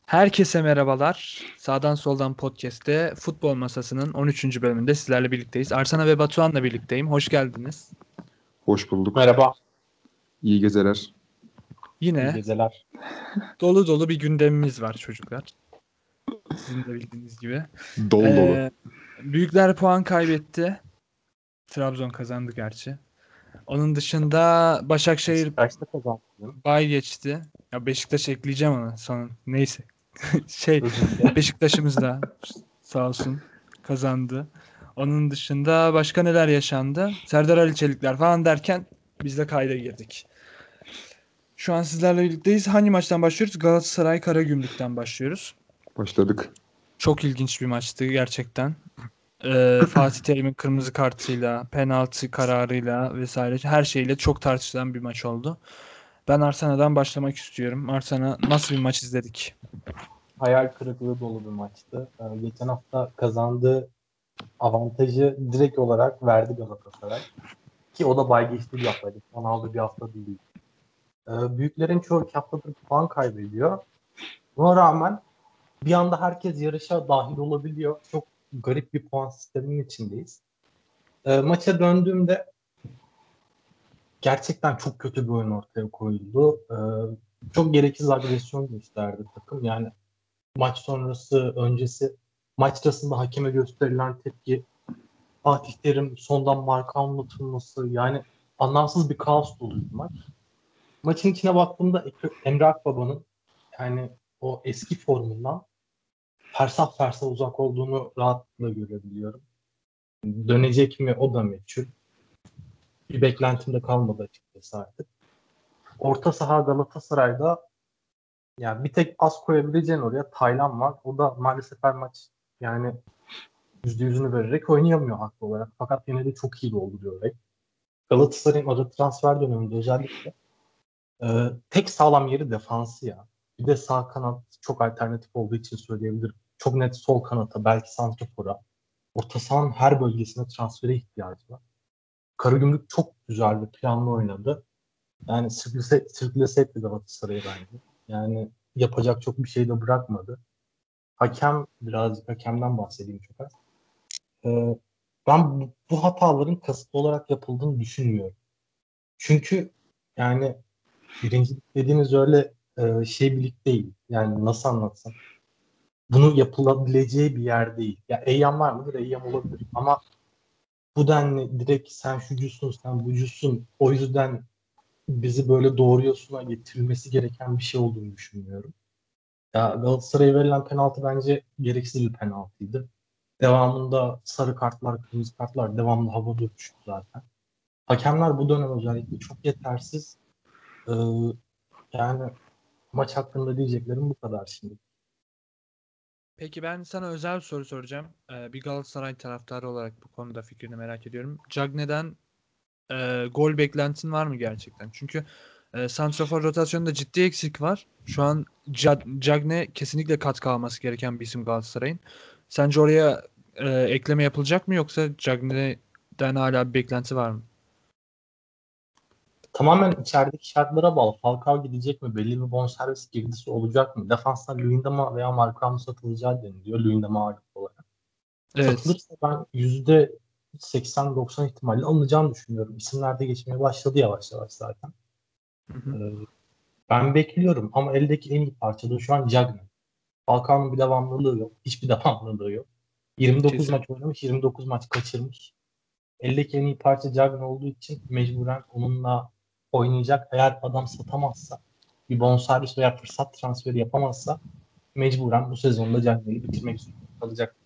Herkese merhabalar. Sağdan Soldan Podcast'te Futbol Masası'nın 13. bölümünde sizlerle birlikteyiz. Arsana ve Batuhan'la birlikteyim. Hoş geldiniz. Hoş bulduk. Merhaba. İyi geceler. İyi Yine geceler. dolu dolu bir gündemimiz var çocuklar. Sizin de bildiğiniz gibi. Dolu dolu. Büyükler puan kaybetti. Trabzon kazandı gerçi. Onun dışında Başakşehir Kaçta kazandın? bay geçti. Ya Beşiktaş ekleyeceğim ona son. Neyse. Özür Beşiktaş'ımız da sağ olsun kazandı. Onun dışında başka neler yaşandı? Serdar Ali Çelikler falan derken biz de kayda girdik. Şu an sizlerle birlikteyiz. Hangi maçtan başlıyoruz? Galatasaray Karagümrük'ten başlıyoruz. Başladık. Çok ilginç bir maçtı gerçekten. Fatih Terim'in kırmızı kartıyla, penaltı kararıyla vesaire her şeyle çok tartışılan bir maç oldu. Ben Arsenal'dan başlamak istiyorum. Arsenal nasıl bir maç izledik? Hayal kırıklığı dolu bir maçtı. Geçen hafta kazandığı avantajı direkt olarak verdi Galatasaray. Ki o da bay geçti bir haftaydı. Puan aldığı bir hafta değil. Büyüklerin çoğu 2 haftadır puan kaybediyor. Buna rağmen bir anda herkes yarışa dahil olabiliyor. Çok garip bir puan sisteminin içindeyiz. Maça döndüğümde gerçekten çok kötü bir oyun ortaya koyuldu. Çok gereksiz agresyon gösterdi takım. Yani maç sonrası, öncesi, maç sırasında hakeme gösterilen tepki, Fatih Terim sondan marka anlatılması, yani anlamsız bir kaos dolu bir maç. Maçın içine baktığımda Emre Akbaba'nın yani o eski formundan fersah fersah uzak olduğunu rahatlıkla görebiliyorum. Dönecek mi o da meçhul. Bir beklentim de kalmadı açıkçası artık. Orta saha Galatasaray'da yani bir tek az koyabileceğin oraya Taylan var. O da maalesef her maç yani %100'ünü vererek oynayamıyor haklı olarak. Fakat yine de çok iyi dolduruyor orayı. Galatasaray'ın ara transfer döneminde özellikle tek sağlam yeri defansı ya. Bir de sağ kanat çok alternatif olduğu için söyleyebilirim. Çok net sol kanata, belki santrafora. Orta sahanın her bölgesine transfere ihtiyacı var. Karagümrük çok güzel bir planlı oynadı. Yani sürklese etti Galatasaray'ı bence. Yani yapacak çok bir şey de bırakmadı. Birazcık hakemden bahsedeyim çok az. Ben bu hataların kasıtlı olarak yapıldığını düşünmüyorum. Çünkü yani birincilik dediğiniz öyle şey bir lig değil. Yani nasıl anlatsam. Bunu yapılabileceği bir yer değil. Ya Eyyam var mıdır? Eyyam olabilir. Ama bu denli direkt sen şucusun, sen bucusun. O yüzden bizi böyle doğruyosuna getirilmesi gereken bir şey olduğunu düşünmüyorum. Ya Galatasaray'a verilen penaltı bence gereksiz bir penaltıydı. Devamında sarı kartlar, kırmızı kartlar devamlı havada uçuştu zaten. Hakemler bu dönem özellikle çok yetersiz. Ee, yani maç hakkında diyeceklerim bu kadar şimdi. Peki ben sana özel bir soru soracağım. Bir Galatasaray taraftarı olarak bu konuda fikrini merak ediyorum. Cagney'den gol beklentin var mı gerçekten? Çünkü santrafor rotasyonunda ciddi eksik var. Şu an Cagney kesinlikle katkı alması gereken bir isim Galatasaray'ın. Sence oraya ekleme yapılacak mı yoksa Cagney'den hala bir beklenti var mı? Tamamen içerideki şartlara bağlı. Falcao gidecek mi? Belli bir bonservis girdisi olacak mı? Defansta Luyendama veya Marcao satılacağı deniliyor. Luyendama ağırlıklı olarak. Evet. Satılırsa ben %80-90 ihtimalle alınacağını düşünüyorum. İsimler de geçmeye başladı yavaş yavaş zaten. Hı hı. Ben bekliyorum ama eldeki en iyi parça da şu an Cagney. Falcao'nun bir devamlılığı yok. Hiçbir devamlılığı yok. 29 Kesin. maç oynamış, 29 maç kaçırmış. Eldeki en iyi parça Cagney olduğu için mecburen onunla oynayacak. Eğer adam satamazsa, bir bonservis veya fırsat transferi yapamazsa mecburen bu sezonda Cagney'i bitirmek zorunda kalacak.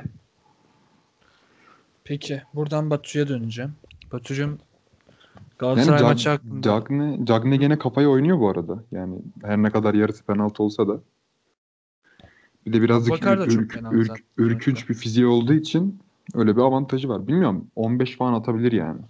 Peki buradan Batu'ya döneceğim. Batu'cum Yani Galatasaray maçı hakkında. Cagney gene kafayı oynuyor bu arada. Yani her ne kadar yarısı penaltı olsa da. Bir de birazcık Abubakar da çok penaltı attı sonuçta. ürkünç bir fiziği olduğu için öyle bir avantajı var. Bilmiyorum, 15 falan atabilir yani.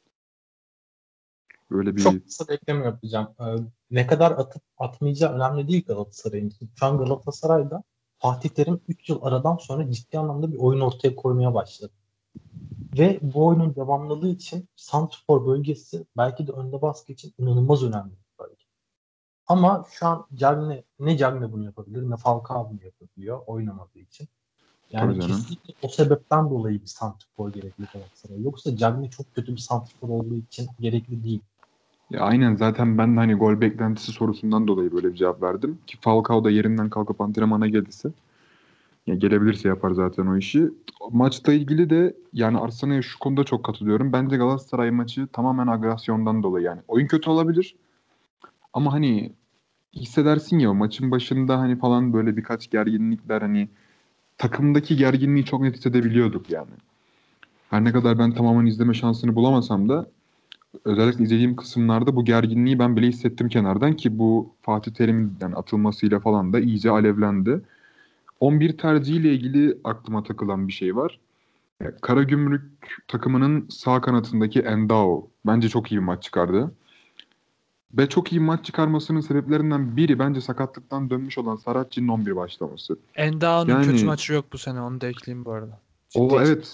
Böyle bir Çok kısa bir ekleme yapacağım. Ne kadar atıp atmayacağı önemli değil Galatasaray'ın. Şu an Galatasaray'da Fatih Terim 3 yıl aradan sonra ciddi anlamda bir oyun ortaya koymaya başladı. Ve bu oyunun devamlılığı için santrfor bölgesi belki de önde baskı için inanılmaz önemli bir bölge. Ama şu an Cagne bunu yapabilir ne Falcao bunu yapabiliyor oynamadığı için. Tabii Yani canım. kesinlikle o sebepten dolayı bir santrfor gerekli Galatasaray'a. Yoksa Cagne çok kötü bir santrfor olduğu için gerekli değil. Ya aynen, zaten ben de hani gol beklentisi sorusundan dolayı böyle bir cevap verdim. Ki Falcao da yerinden kalkıp antrenmana gelirse, ya gelebilirse yapar zaten o işi. Maçla ilgili de yani Arsenal'e şu konuda çok katılıyorum. Bence Galatasaray maçı tamamen agresyondan dolayı yani. Oyun kötü olabilir ama hani hissedersin ya o maçın başında hani falan böyle birkaç gerginlikler, hani takımdaki gerginliği çok net hissedebiliyorduk yani. Her ne kadar ben tamamen izleme şansını bulamasam da özellikle izlediğim kısımlarda bu gerginliği ben bile hissettim kenardan, ki bu Fatih Terim'in yani atılmasıyla falan da iyice alevlendi. 11 tercihiyle ilgili aklıma takılan bir şey var. Karagümrük takımının sağ kanatındaki Endao bence çok iyi bir maç çıkardı. Ve çok iyi maç çıkarmasının sebeplerinden biri bence sakatlıktan dönmüş olan Saracchi'nin 11 başlaması. Endao'nun kötü Yani maçı yok bu sene. Onu da ekleyeyim bu arada. Ciddi o, ciddi. evet,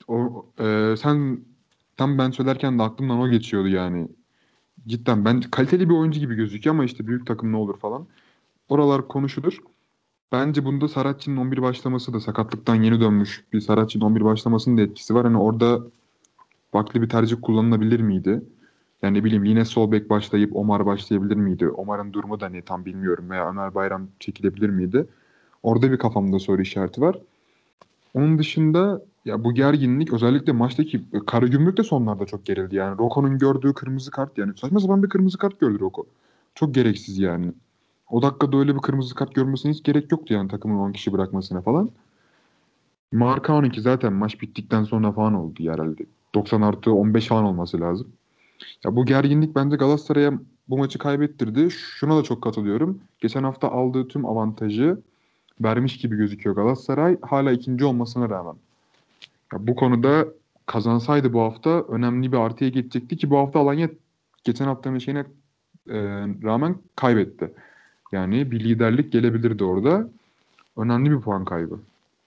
sen tam ben söylerken de aklımdan o geçiyordu yani. Cidden ben kaliteli bir oyuncu gibi gözüküyor ama işte büyük takım ne olur falan. Oralar konuşulur. Bence bunda Saracchi'nin 11 başlaması da, sakatlıktan yeni dönmüş bir Saracchi'nin 11 başlamasının da etkisi var. Hani orada farklı bir tercih kullanılabilir miydi? Yani ne bileyim, yine sol bek başlayıp Omar başlayabilir miydi? Omar'ın durumu da ne tam bilmiyorum. Veya Ömer Bayram çekilebilir miydi? Orada bir kafamda soru işareti var. Onun dışında ya bu gerginlik özellikle maçtaki Karagümrük de sonlarda çok gerildi. Yani Roko'nun gördüğü kırmızı kart, yani saçma sapan bir kırmızı kart gördü Roko. Çok gereksiz yani. O dakikada öyle bir kırmızı kart görmesine hiç gerek yoktu yani, takımın 10 kişi bırakmasına falan. Markao'nunki zaten maç bittikten sonra falan oldu herhalde. 90 artı 15 falan olması lazım. Ya bu gerginlik bence Galatasaray'a bu maçı kaybettirdi. Şuna da çok katılıyorum. Geçen hafta aldığı tüm avantajı vermiş gibi gözüküyor Galatasaray. Hala ikinci olmasına rağmen. Ya bu konuda kazansaydı bu hafta önemli bir artıya geçecekti, ki bu hafta Alanya geçen haftanın şeyine rağmen kaybetti. Yani bir liderlik gelebilirdi orada. Önemli bir puan kaybı.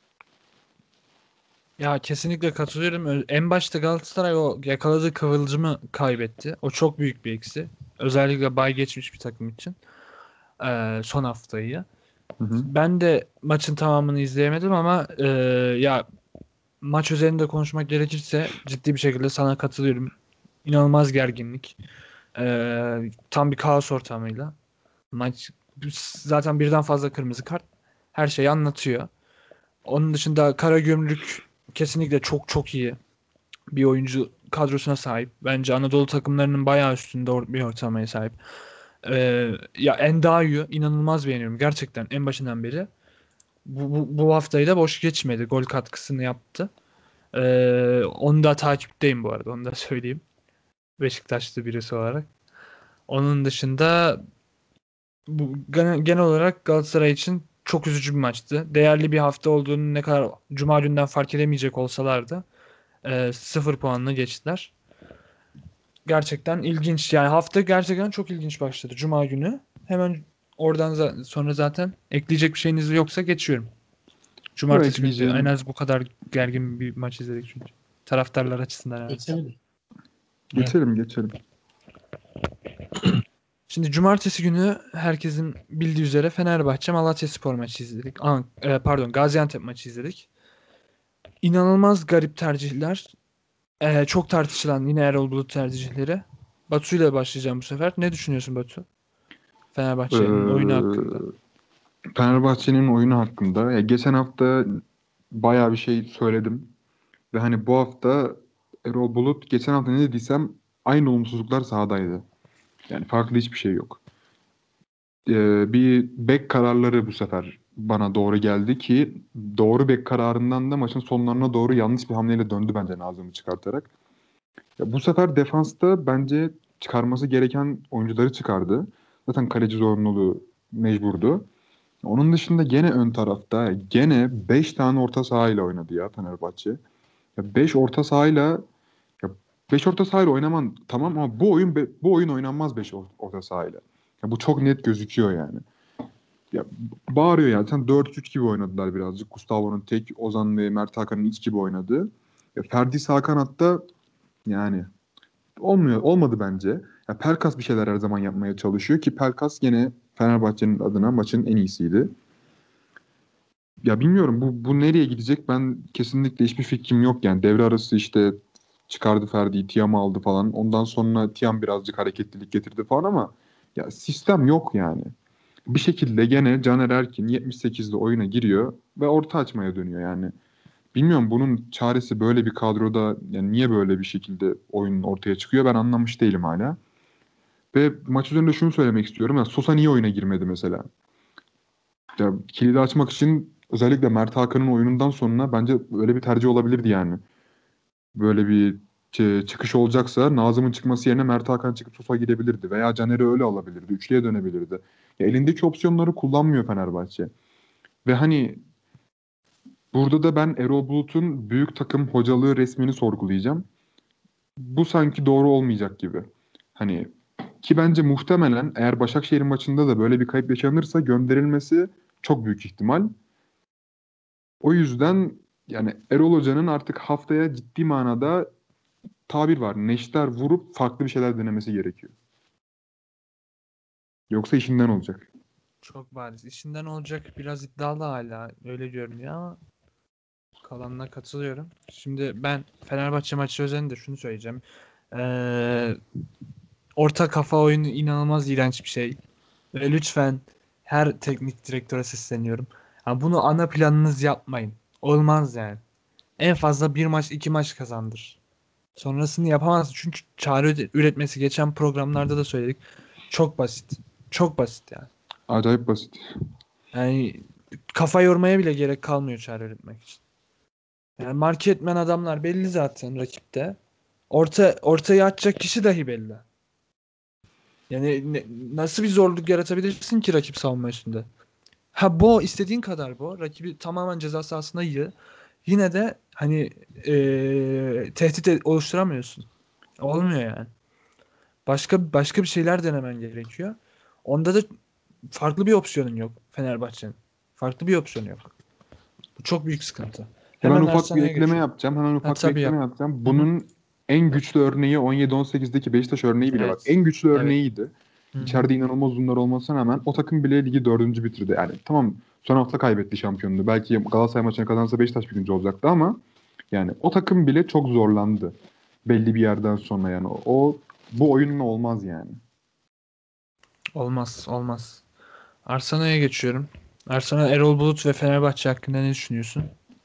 Ya kesinlikle katılıyorum. En başta Galatasaray o yakaladığı kıvılcımı kaybetti. O çok büyük bir eksi. Özellikle bay geçmiş bir takım için. Son haftayı. Hı hı. Ben de maçın tamamını izleyemedim ama ya maç üzerinde konuşmak gerekirse ciddi bir şekilde sana katılıyorum. İnanılmaz gerginlik. Tam bir kaos ortamıyla. Maç zaten birden fazla kırmızı kart her şeyi anlatıyor. Onun dışında Karagümrük kesinlikle çok çok iyi bir oyuncu kadrosuna sahip. Bence Anadolu takımlarının bayağı üstünde bir ortalamaya sahip. Ya Endao'yu inanılmaz beğeniyorum. Gerçekten en başından beri. Bu haftayı da boş geçmedi. Gol katkısını yaptı. Onu da takipteyim bu arada. Onu da söyleyeyim. Beşiktaşlı birisi olarak. Onun dışında genel olarak Galatasaray için çok üzücü bir maçtı. Değerli bir hafta olduğunu ne kadar Cuma günden fark edemeyecek olsalardı 0 puanla geçtiler. Gerçekten ilginç. Yani hafta gerçekten çok ilginç başladı. Cuma günü. Hemen oradan sonra zaten ekleyecek bir şeyiniz yoksa geçiyorum. Bu Cumartesi günü en ekleyeceğim. az bu kadar gergin bir maç izledik çünkü. Taraftarlar açısından yani. Geçelim. Evet. Geçelim. Şimdi cumartesi günü herkesin bildiği üzere Fenerbahçe Malatyaspor maçı izledik. Pardon, Gaziantep maçı izledik. İnanılmaz garip tercihler. Çok tartışılan yine Erol Bulut tercihleri. Batu ile başlayacağım bu sefer. Ne düşünüyorsun Batu? Fenerbahçe'nin oyunu Ee, hakkında. Fenerbahçe'nin oyunu hakkında. Ya geçen hafta bayağı bir şey söyledim. Ve hani bu hafta Erol Bulut, geçen hafta ne dediysem aynı olumsuzluklar sahadaydı. Yani farklı hiçbir şey yok. Bir bek kararları bu sefer bana doğru geldi, ki doğru bek kararından da maçın sonlarına doğru yanlış bir hamleyle döndü bence Nazım'ı çıkartarak. Ya bu sefer defansta bence çıkarması gereken oyuncuları çıkardı. Zaten kaleci zorunluluğu mecburdu. Onun dışında gene ön tarafta gene 5 tane orta sahayla oynadı ya Fenerbahçe. Ya 5 orta sahayla, ya 5 orta sahayla oynaman tamam ama bu oyun oynanmaz 5 orta sahayla. Ya bu çok net gözüküyor yani. Ya bağırıyor yani. Sen 4-3 gibi oynadılar birazcık. Gustavo'nun tek, Ozan ve Mert Hakan'ın iç gibi oynadığı. Ya Ferdi sağ kanatta yani olmadı bence. Ya Pelkas bir şeyler her zaman yapmaya çalışıyor ki Pelkas gene Fenerbahçe'nin adına maçın en iyisiydi. Ya bilmiyorum bu nereye gidecek, ben kesinlikle hiçbir fikrim yok yani. Devre arası işte çıkardı Ferdi'yi, Tiam'ı aldı falan. Ondan sonra Tiam birazcık hareketlilik getirdi falan ama ya sistem yok yani. Bir şekilde gene Caner Erkin 78'de oyuna giriyor ve orta açmaya dönüyor yani. Bilmiyorum bunun çaresi böyle bir kadroda yani niye böyle bir şekilde oyun ortaya çıkıyor, ben anlamış değilim hala. Ve maç üzerinde şunu söylemek istiyorum. Ya Sosa niye oyuna girmedi mesela? Ya kilidi açmak için özellikle Mert Hakan'ın oyunundan sonra bence öyle bir tercih olabilirdi yani. Böyle bir çıkış olacaksa Nazım'ın çıkması yerine Mert Hakan çıkıp Sosa girebilirdi. Veya Caner'i öyle alabilirdi. Üçlüye dönebilirdi. Ya elindeki opsiyonları kullanmıyor Fenerbahçe. Ve hani burada da ben Erol Bulut'un büyük takım hocalığı resmini sorgulayacağım. Bu sanki doğru olmayacak gibi. Hani ki bence muhtemelen eğer Başakşehir maçında da böyle bir kayıp yaşanırsa gönderilmesi çok büyük ihtimal. O yüzden yani Erol Hoca'nın artık haftaya ciddi manada tabir var. Neşter vurup farklı bir şeyler denemesi gerekiyor. Yoksa işinden olacak. Çok bariz. İşinden olacak, biraz iddialı hala. Öyle görünüyor ama kalanına katılıyorum. Şimdi ben Fenerbahçe maçı özelinde şunu söyleyeceğim. Ee, Orta kafa oyunu inanılmaz iğrenç bir şey. Ve lütfen her teknik direktöre sesleniyorum. Ha, bunu ana planınız yapmayın. Olmaz yani. En fazla bir maç, iki maç kazandır. Sonrasını yapamazsın. Çünkü çare üretmesi, geçen programlarda da söyledik. Çok basit. Çok basit yani. Acayip basit. Yani kafa yormaya bile gerek kalmıyor çare üretmek için. Yani marke etmen adamlar belli zaten rakipte. Ortaya atacak kişi dahi belli. Yani nasıl bir zorluk yaratabilirsin ki rakip savunma üstünde? Ha, bu istediğin kadar bu. Rakibi tamamen ceza sahasına yığ. Yine de hani tehdit oluşturamıyorsun. Olmuyor yani. Başka bir şeyler denemen gerekiyor. Onda da farklı bir opsiyonun yok Fenerbahçe'nin. Farklı bir opsiyonu yok. Bu çok büyük sıkıntı. Hemen Hemen ufak bir Ersan'a ekleme geçiyorum. yapacağım. Hemen Ha, ufak bir tabii ekleme yap. yapacağım. Hı hı. Bunun en güçlü örneği 17-18'deki Beşiktaş örneği bile bak. Evet. En güçlü Evet. örneğiydi. Hı hı. İçeride inanılmaz uzunlar olmasına rağmen o takım bile ligi dördüncü bitirdi. Yani tamam son hafta kaybetti şampiyonluğu. Belki Galatasaray maçını kazansa Beşiktaş birinci olacaktı ama yani o takım bile çok zorlandı. Belli bir yerden sonra yani. Bu oyunla olmaz yani. Olmaz. Olmaz. Arsenal'e geçiyorum. Arsenal, Erol Bulut ve Fenerbahçe hakkında ne düşünüyorsun?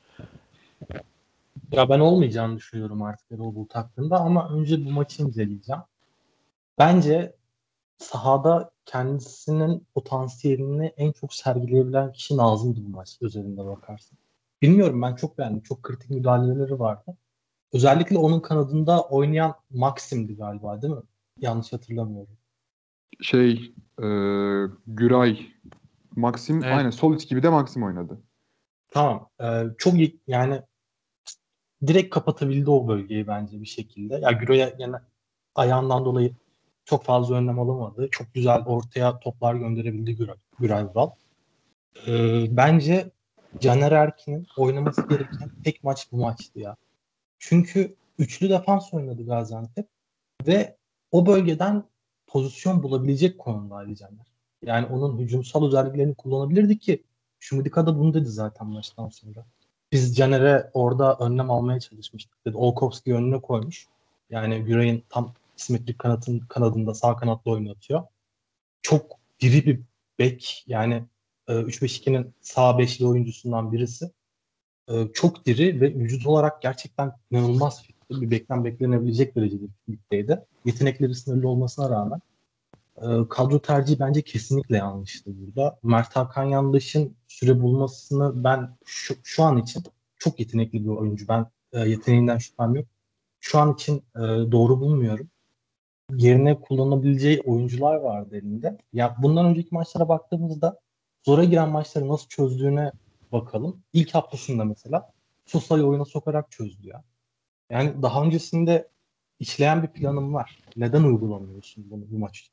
Ya ben olmayacağını düşünüyorum artık Erol Bulut hakkında ama önce bu maçı inceleyeceğim. Bence sahada kendisinin potansiyelini en çok sergileyebilen kişi Nazım'dı bu maç özelinde bakarsın. Bilmiyorum, ben çok beğendim. Çok kritik müdahaleleri vardı. Özellikle onun kanadında oynayan Maxim'di galiba, değil mi? Yanlış hatırlamıyorum. Şey e, Güray, Maxim Evet. aynen sol iç gibi de Maxim oynadı. Tamam. Çok iyi yani, direkt kapatabildi o bölgeyi bence bir şekilde. Ya Güro'ya yani ayağından dolayı çok fazla önlem alamadı. Çok güzel ortaya toplar gönderebildi Güray Vural. Bence Caner Erkin'in oynaması gereken tek maç bu maçtı ya. Çünkü üçlü defans oynadı Gaziantep ve o bölgeden pozisyon bulabilecek konumdaydı Caner. Yani onun hücumsal özelliklerini kullanabilirdi ki Şumidika da bunu dedi zaten maçtan sonra. Biz Caner'e orada önlem almaya çalışmıştık dedi. Olkowski önüne koymuş. Yani Güray'ın tam simetrik kanadında sağ kanatla oynatıyor. Çok diri bir bek, yani 3-5-2'nin sağ beşli oyuncusundan birisi. Çok diri ve vücut olarak gerçekten inanılmaz fitti. Bir bekten beklenebilecek derecede fitlikteydi. Yetenekleri sınırlı olmasına rağmen kadro tercihi bence kesinlikle yanlıştı burada. Mert Hakan Yandaş'ın süre bulmasını ben şu an için, çok yetenekli bir oyuncu. Ben yeteneğinden şüphem yok. Şu an için doğru bulmuyorum. Yerine kullanabileceği oyuncular vardı elinde. Ya bundan önceki maçlara baktığımızda zora giren maçları nasıl çözdüğüne bakalım. İlk haftasında mesela Sosa'yı oyuna sokarak çözdü ya. Yani daha öncesinde işleyen bir planım var. Neden uygulamıyorsun bunu bu maç?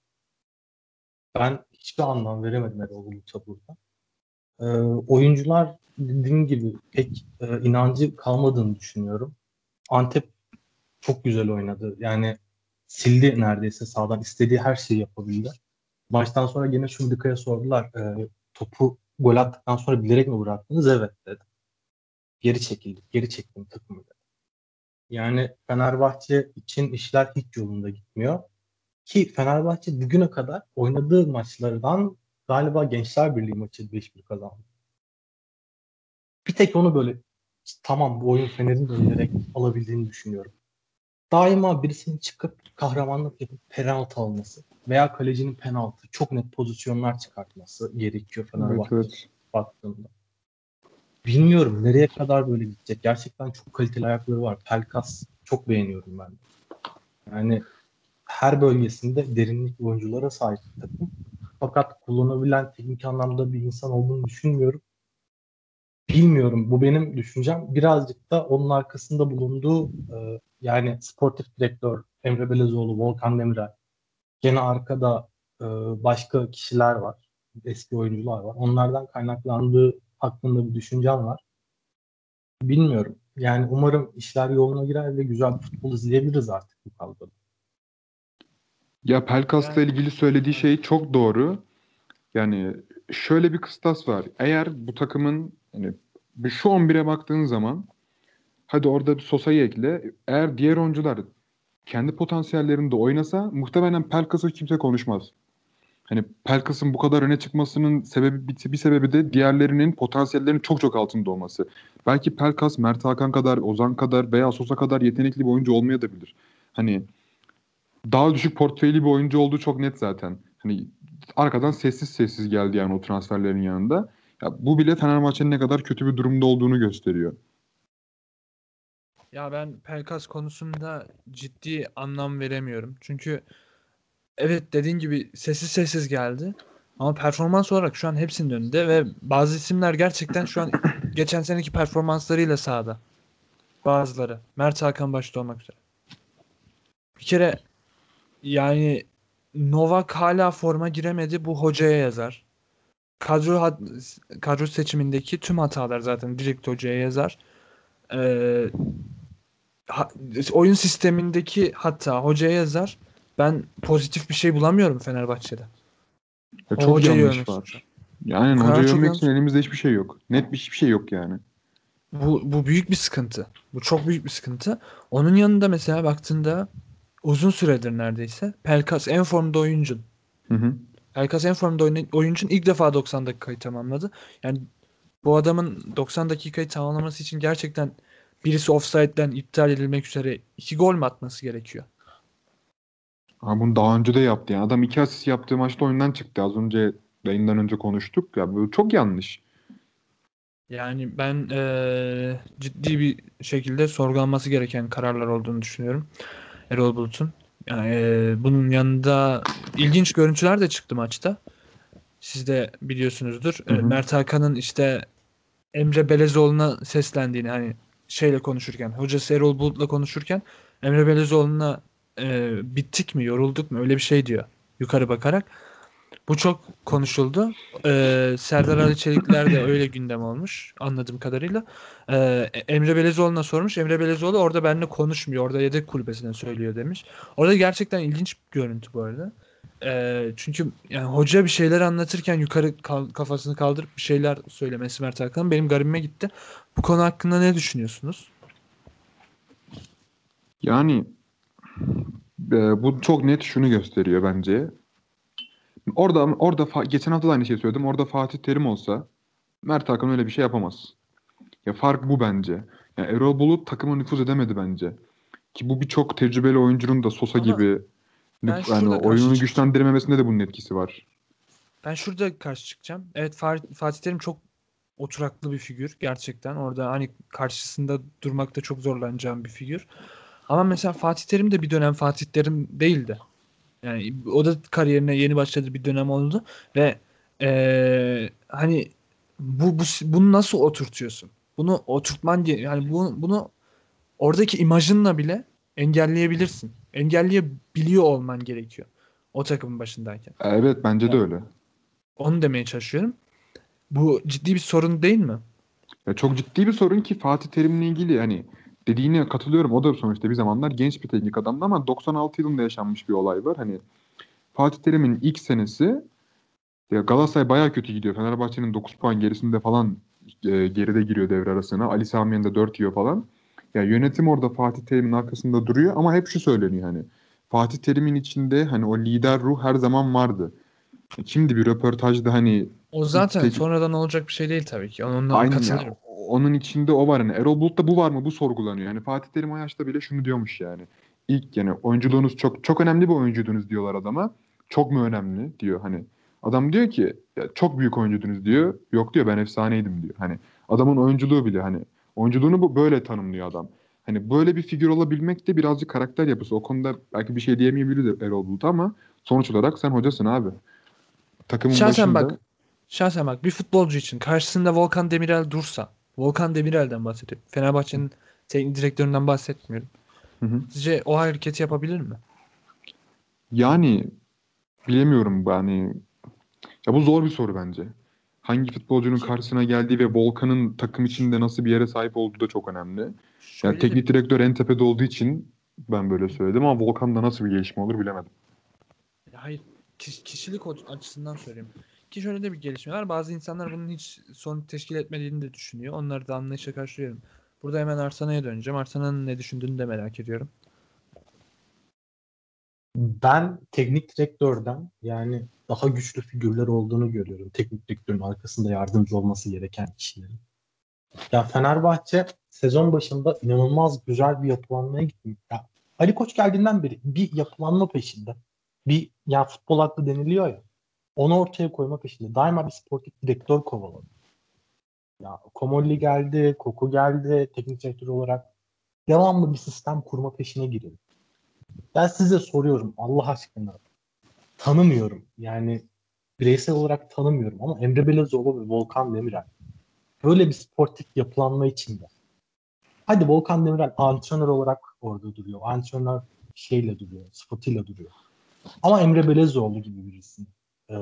Ben hiçbir anlam veremedim Erol Bulut'a burada. Ee, Oyuncular dediğim gibi pek inancı kalmadığını düşünüyorum. Antep çok güzel oynadı. Yani sildi neredeyse sağdan. İstediği her şeyi yapabildi. Maçtan sonra gene Şumdika'ya sordular. Topu gol attıktan sonra bilerek mi bıraktınız? Evet dedi. Geri çekildik. Geri çektim takımı dedi. Yani Fenerbahçe için işler hiç yolunda gitmiyor. Ki Fenerbahçe bugüne kadar oynadığı maçlardan galiba Gençler Birliği maçı 5-1 kazandı. Bir tek onu böyle tamam bu oyun Fener'in de diyerek alabildiğini düşünüyorum. Daima birisinin çıkıp kahramanlık yapıp penaltı alması veya kalecinin penaltı çok net pozisyonlar çıkartması gerekiyor Evet, Fenerbahçe evet. baktığımda. Bilmiyorum nereye kadar böyle gidecek. Gerçekten çok kaliteli ayakları var. Pelkas çok beğeniyorum ben de. Yani her bölgesinde derinlik oyunculara sahip bir takım. Fakat kullanabilen teknik anlamda bir insan olduğunu düşünmüyorum. Bilmiyorum. Bu benim düşüncem. Birazcık da onun arkasında bulunduğu yani sportif direktör Emre Belezoğlu, Volkan Demirel. Gene arkada başka kişiler var. Eski oyuncular var. Onlardan kaynaklandığı hakkında bir düşüncem var. Bilmiyorum. Yani umarım işler yoluna girer ve güzel futbol izleyebiliriz artık bu kadroda. Ya Pelkas'la Yani ilgili söylediği evet. şey çok doğru. Yani şöyle bir kıstas var. Eğer bu takımın hani şu 11'e baktığın zaman hadi orada bir Sosa'yı ekle. Eğer diğer oyuncular kendi potansiyellerinde oynasa muhtemelen Pelkas'ı kimse konuşmaz. Hani Pelkas'ın bu kadar öne çıkmasının sebebi bir sebebi de diğerlerinin potansiyellerinin çok çok altında olması. Belki Pelkas, Mert Hakan kadar, Ozan kadar veya Sosa kadar yetenekli bir oyuncu olmayabilir. Hani daha düşük portföyli bir oyuncu olduğu çok net zaten. Hani arkadan sessiz sessiz geldi yani o transferlerin yanında. Ya bu bile Fenerbahçe'nin ne kadar kötü bir durumda olduğunu gösteriyor. Ya ben Pelkas konusunda ciddi anlam veremiyorum. Çünkü evet dediğin gibi sessiz sessiz geldi. Ama performans olarak şu an hepsinin önünde ve bazı isimler gerçekten şu an geçen seneki performanslarıyla sahada. Bazıları. Mert Hakan başta olmak üzere. Bir kere yani Novak hala forma giremedi. Bu hocaya yazar. Kadro seçimindeki tüm hatalar zaten direkt hocaya yazar. Ee, ha- Oyun sistemindeki hatta hocaya yazar. Ben pozitif bir şey bulamıyorum Fenerbahçe'de. Ya O çok hocayı yanlış övmek suçu. var. O Yani kadar hocayı çok övmek için yanlış. elimizde hiçbir şey yok. Net bir hiçbir şey yok yani. Bu büyük bir sıkıntı. Bu çok büyük bir sıkıntı. Onun yanında mesela baktığında uzun süredir neredeyse Pelkas en formda oyuncun. Hı hı. Pelkas en formda oyuncun ilk defa 90 dakikayı tamamladı. Yani bu adamın 90 dakikayı tamamlaması için gerçekten birisi offside'den iptal edilmek üzere 2 gol mü atması gerekiyor? Ama bunu daha önce de yaptı yani. Adam iki asist yaptığı maçta oyundan çıktı. Az önce yayından önce konuştuk. Ya bu çok yanlış. Yani ben ciddi bir şekilde sorgulanması gereken kararlar olduğunu düşünüyorum Erol Bulut'un. Yani, bunun yanında ilginç görüntüler de çıktı maçta. Siz de biliyorsunuzdur. Hı hı. Mert Hakan'ın işte Emre Belezoğlu'na seslendiğini hani şeyle konuşurken, hocası Erol Bulut'la konuşurken Emre Belezoğlu'na bittik mi, yorulduk mu öyle bir şey diyor yukarı bakarak. Bu çok konuşuldu. Serdar Ali Çelikler de öyle gündem olmuş anladığım kadarıyla. Emre Belezoğlu'na sormuş. Emre Belezoğlu orada benimle konuşmuyor. Orada yedek kulübesine söylüyor demiş. Orada gerçekten ilginç bir görüntü bu arada. Çünkü yani hoca bir şeyler anlatırken yukarı kafasını kaldırıp bir şeyler söylemesi Mert Hakan'ın benim garibime gitti. Bu konu hakkında ne düşünüyorsunuz? Yani bu çok net şunu gösteriyor bence. Geçen hafta da aynı şeyi söyledim. Orada Fatih Terim olsa Mert Hakan öyle bir şey yapamaz. Ya fark bu bence. Ya Erol Bulut takıma nüfuz edemedi bence. Ki bu birçok tecrübeli oyuncunun da Sosa Ama gibi ben yani şurada karşı oyununu çıkacağım. güçlendirememesinde de bunun etkisi var. Ben şurada karşı çıkacağım. Evet Fatih Terim çok oturaklı bir figür gerçekten. Orada hani karşısında durmakta çok zorlanacağım bir figür. Ama mesela Fatih Terim de bir dönem Fatih Terim değildi. Yani o da kariyerine yeni başladığı bir dönem oldu ve hani bunu nasıl oturtuyorsun? Bunu oturtman yani bunu oradaki imajınla bile engelleyebilirsin. Engelleyebiliyor olman gerekiyor o takımın başındayken. Evet bence de öyle. Onu demeye çalışıyorum. Bu ciddi bir sorun değil mi? Ya çok ciddi bir sorun ki Fatih Terim'le ilgili hani dediğine katılıyorum. O da sonuçta bir zamanlar genç bir teknik adamdı ama 96 yılında yaşanmış bir olay var. Hani Fatih Terim'in ilk senesi ya Galatasaray bayağı kötü gidiyor. Fenerbahçe'nin 9 puan gerisinde falan geride giriyor devre arasına. Ali Sami Yen'de 4 yiyor falan. Ya yönetim orada Fatih Terim'in arkasında duruyor ama hep şu söyleniyor hani. Fatih Terim'in içinde hani o lider ruh her zaman vardı. Kimdi bir röportajda hani O ilk zaten sonradan olacak bir şey değil tabii ki. Onunla aynen ya katılıyorum. onun içinde o var hani. Erol Bulut'ta bu var mı? Bu sorgulanıyor. Yani Fatih Terim o yaşta bile şunu diyormuş yani. İlk yani oyunculuğunuz çok çok önemli bir oyuncudunuz diyorlar adama. Çok mu önemli diyor hani. Adam diyor ki ya, çok büyük oyuncudunuz diyor. Yok diyor ben efsaneydim diyor. Hani adamın oyunculuğu bile hani oyunculuğunu bu böyle tanımlıyor adam. Hani böyle bir figür olabilmek de birazcık karakter yapısı. O konuda belki bir şey diyemeyebilir Erol Bulut ama sonuç olarak sen hocasın abi. Takımın Şahsen başında. bak, şahsen bak bir futbolcu için karşısında Volkan Demirel dursa, Volkan Demirel'den bahsediyorum. Fenerbahçe'nin teknik direktöründen bahsetmiyorum. Hı hı. Sizce o hareketi yapabilir mi? Yani bilemiyorum yani. Ya bu zor bir soru bence. Hangi futbolcunun Ki karşısına geldiği ve Volkan'ın takım içinde nasıl bir yere sahip olduğu da çok önemli. Yani şöyle de teknik direktör en tepede olduğu için ben böyle söyledim ama Volkan'da nasıl bir gelişme olur bilemedim. hayır, kişilik açısından söyleyeyim. Ki şöyle de bir gelişme var. Bazı insanlar bunun hiç sorun teşkil etmediğini de düşünüyor. Onları da anlayışla karşılıyorum. Burada hemen Arsena'ya döneceğim. Arsena'nın ne düşündüğünü de merak ediyorum. Ben teknik direktörden yani daha güçlü figürler olduğunu görüyorum. Teknik direktörün arkasında yardımcı olması gereken kişilerin. Ya Fenerbahçe sezon başında inanılmaz güzel bir yapılanmaya gitti. Ya Ali Koç geldiğinden beri bir yapılanma peşinde. Bir ya futbol aklı deniliyor ya. Onu ortaya koyma peşinde. Daima bir sportif direktör kovaladı. Ya Komolli geldi, Koku geldi teknik direktör olarak. Devamlı bir sistem kurma peşine giriyor. Ben size soruyorum Allah aşkına. Tanımıyorum. Yani bireysel olarak tanımıyorum ama Emre Belözoğlu ve Volkan Demirel böyle bir sportif yapılanma içinde. Hadi Volkan Demirel antrenör olarak orada duruyor. Antrenör şeyle duruyor, sıfatıyla duruyor. Ama Emre Belözoğlu gibi birisini e,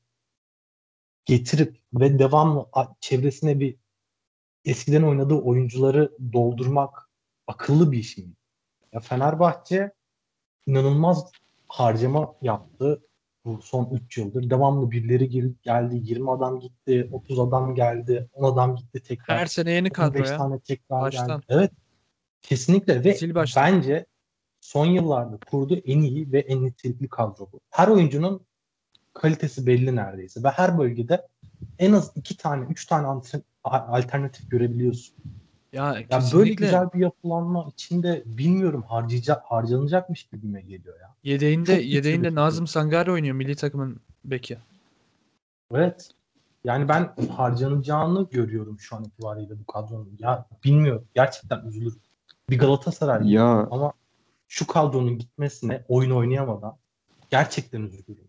getirip ve devamlı çevresine bir eskiden oynadığı oyuncuları doldurmak akıllı bir iş mi? Ya Fenerbahçe inanılmaz harcama yaptı bu son 3 yıldır. Devamlı birileri geldi, 20 adam gitti, 30 adam geldi, 10 adam gitti tekrar. Her sene yeni kadro 15 ya. tane tekrar geldi. Baştan. Evet, kesinlikle ve Sil baştan. bence son yıllarda kurduğu en iyi ve en nitelikli kadro bu. Her oyuncunun kalitesi belli neredeyse ve her bölgede en az 2 tane, 3 tane alternatif görebiliyorsun. Ya Ya böyle kesinlikle güzel bir yapılanma içinde bilmiyorum harcanacakmış gibime geliyor ya. yedeğinde Çok güçlü bir yedeğinde kadro. Nazım Sangare oynuyor milli takımın beki. Evet. Yani ben harcanacağını görüyorum şu an itibariyle bu kadronun. Ya bilmiyorum. Gerçekten üzülürüm. Bir Galatasaraylıyım Ya ama şu kadronun gitmesine oyun oynayamadan gerçekten üzülürüm.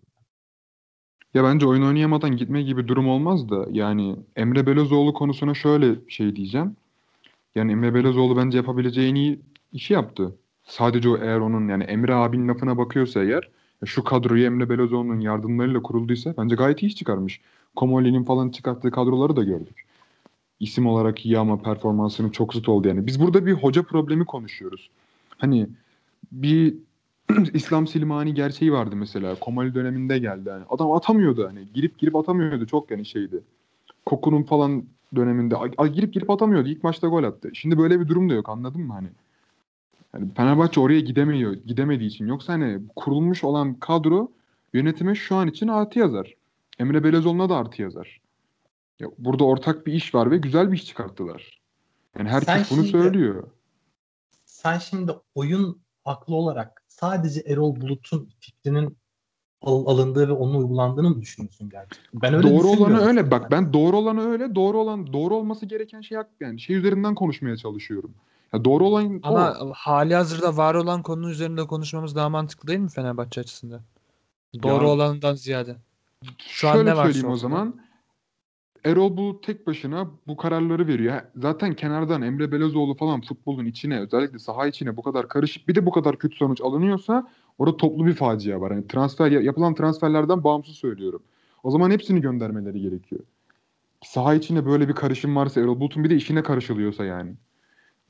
ya bence oyun oynayamadan gitme gibi durum olmaz da yani Emre Belözoğlu konusuna şöyle şey diyeceğim. Yani Emre Belözoğlu bence yapabileceği en iyi işi yaptı. Sadece o eğer onun yani Emre abinin lafına bakıyorsa eğer şu kadroyu Emre Belözoğlu'nun yardımlarıyla kurulduysa bence gayet iyi iş çıkarmış. Komoli'nin falan çıkarttığı kadroları da gördük. İsim olarak iyi ama performansının çok zıt oldu yani. Biz burada bir hoca problemi konuşuyoruz. Hani bir İslam Silimani gerçeği vardı mesela. Komali döneminde geldi. Yani adam atamıyordu hani. Girip girip atamıyordu. Çok yani şeydi. Koku'nun falan döneminde girip girip atamıyordu. İlk maçta gol attı. Şimdi böyle bir durum da yok anladın mı hani? Yani Fenerbahçe oraya gidemiyor, gidemediği için. Yoksa hani kurulmuş olan kadro yönetime şu an için artı yazar. Emre Belözoğlu'na da artı yazar. Ya burada ortak bir iş var ve güzel bir iş çıkarttılar. Yani Sen herkes bunu şimdi söylüyor. sen şimdi oyun aklı olarak sadece Erol Bulut'un fikrinin alındığı ve onun uygulandığını mı düşünüyorsun gerçekten? Ben öyle Doğru olanı düşünmüyorum öyle. Bak şahsen. ben doğru olanı öyle. Doğru olan doğru olması gereken şey yani şey üzerinden konuşmaya çalışıyorum. Ya doğru olan o. Ama hali hazırda var olan konu üzerinde konuşmamız daha mantıklı değil mi Fenerbahçe açısından? Doğru Ya olanından ziyade. Şu an şöyle ne varsa söyleyeyim o ortada. zaman. Erol Bulut tek başına bu kararları veriyor. Zaten kenardan Emre Belözoğlu falan futbolun içine özellikle saha içine bu kadar karışıp bir de bu kadar kötü sonuç alınıyorsa orada toplu bir facia var. Hani yapılan transferlerden bağımsız söylüyorum. O zaman hepsini göndermeleri gerekiyor. Saha içinde böyle bir karışım varsa Erol Bulut'un bir de işine karışılıyorsa yani.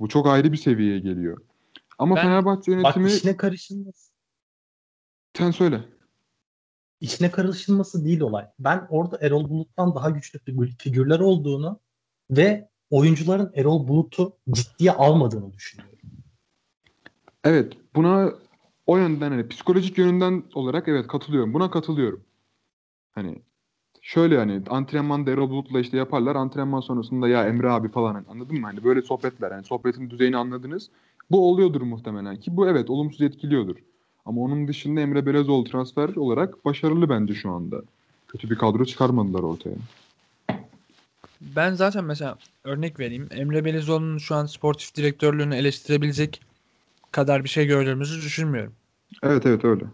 Bu çok ayrı bir seviyeye geliyor. Ama Ben Fenerbahçe Bak yönetimi işine karışılması. sen söyle. İçine karışılması değil olay. Ben orada Erol Bulut'tan daha güçlü figürler olduğunu ve oyuncuların Erol Bulut'u ciddiye almadığını düşünüyorum. Evet, buna o yönden hani psikolojik yönünden olarak evet katılıyorum. Buna katılıyorum. Hani şöyle hani antrenmanda Erol Bulut'la işte yaparlar. Antrenman sonrasında ya Emre abi falan hani anladın mı? Hani böyle sohbetler. Hani sohbetin düzeyini anladınız. Bu oluyordur muhtemelen ki bu evet olumsuz etkiliyordur. Ama onun dışında Emre Belezoğlu transfer olarak başarılı bence şu anda. Kötü bir kadro çıkarmadılar ortaya. Ben zaten mesela örnek vereyim. Emre Belezoğlu'nun şu an sportif direktörlüğünü eleştirebilecek kadar bir şey gördüğümüzü düşünmüyorum. Evet evet öyle.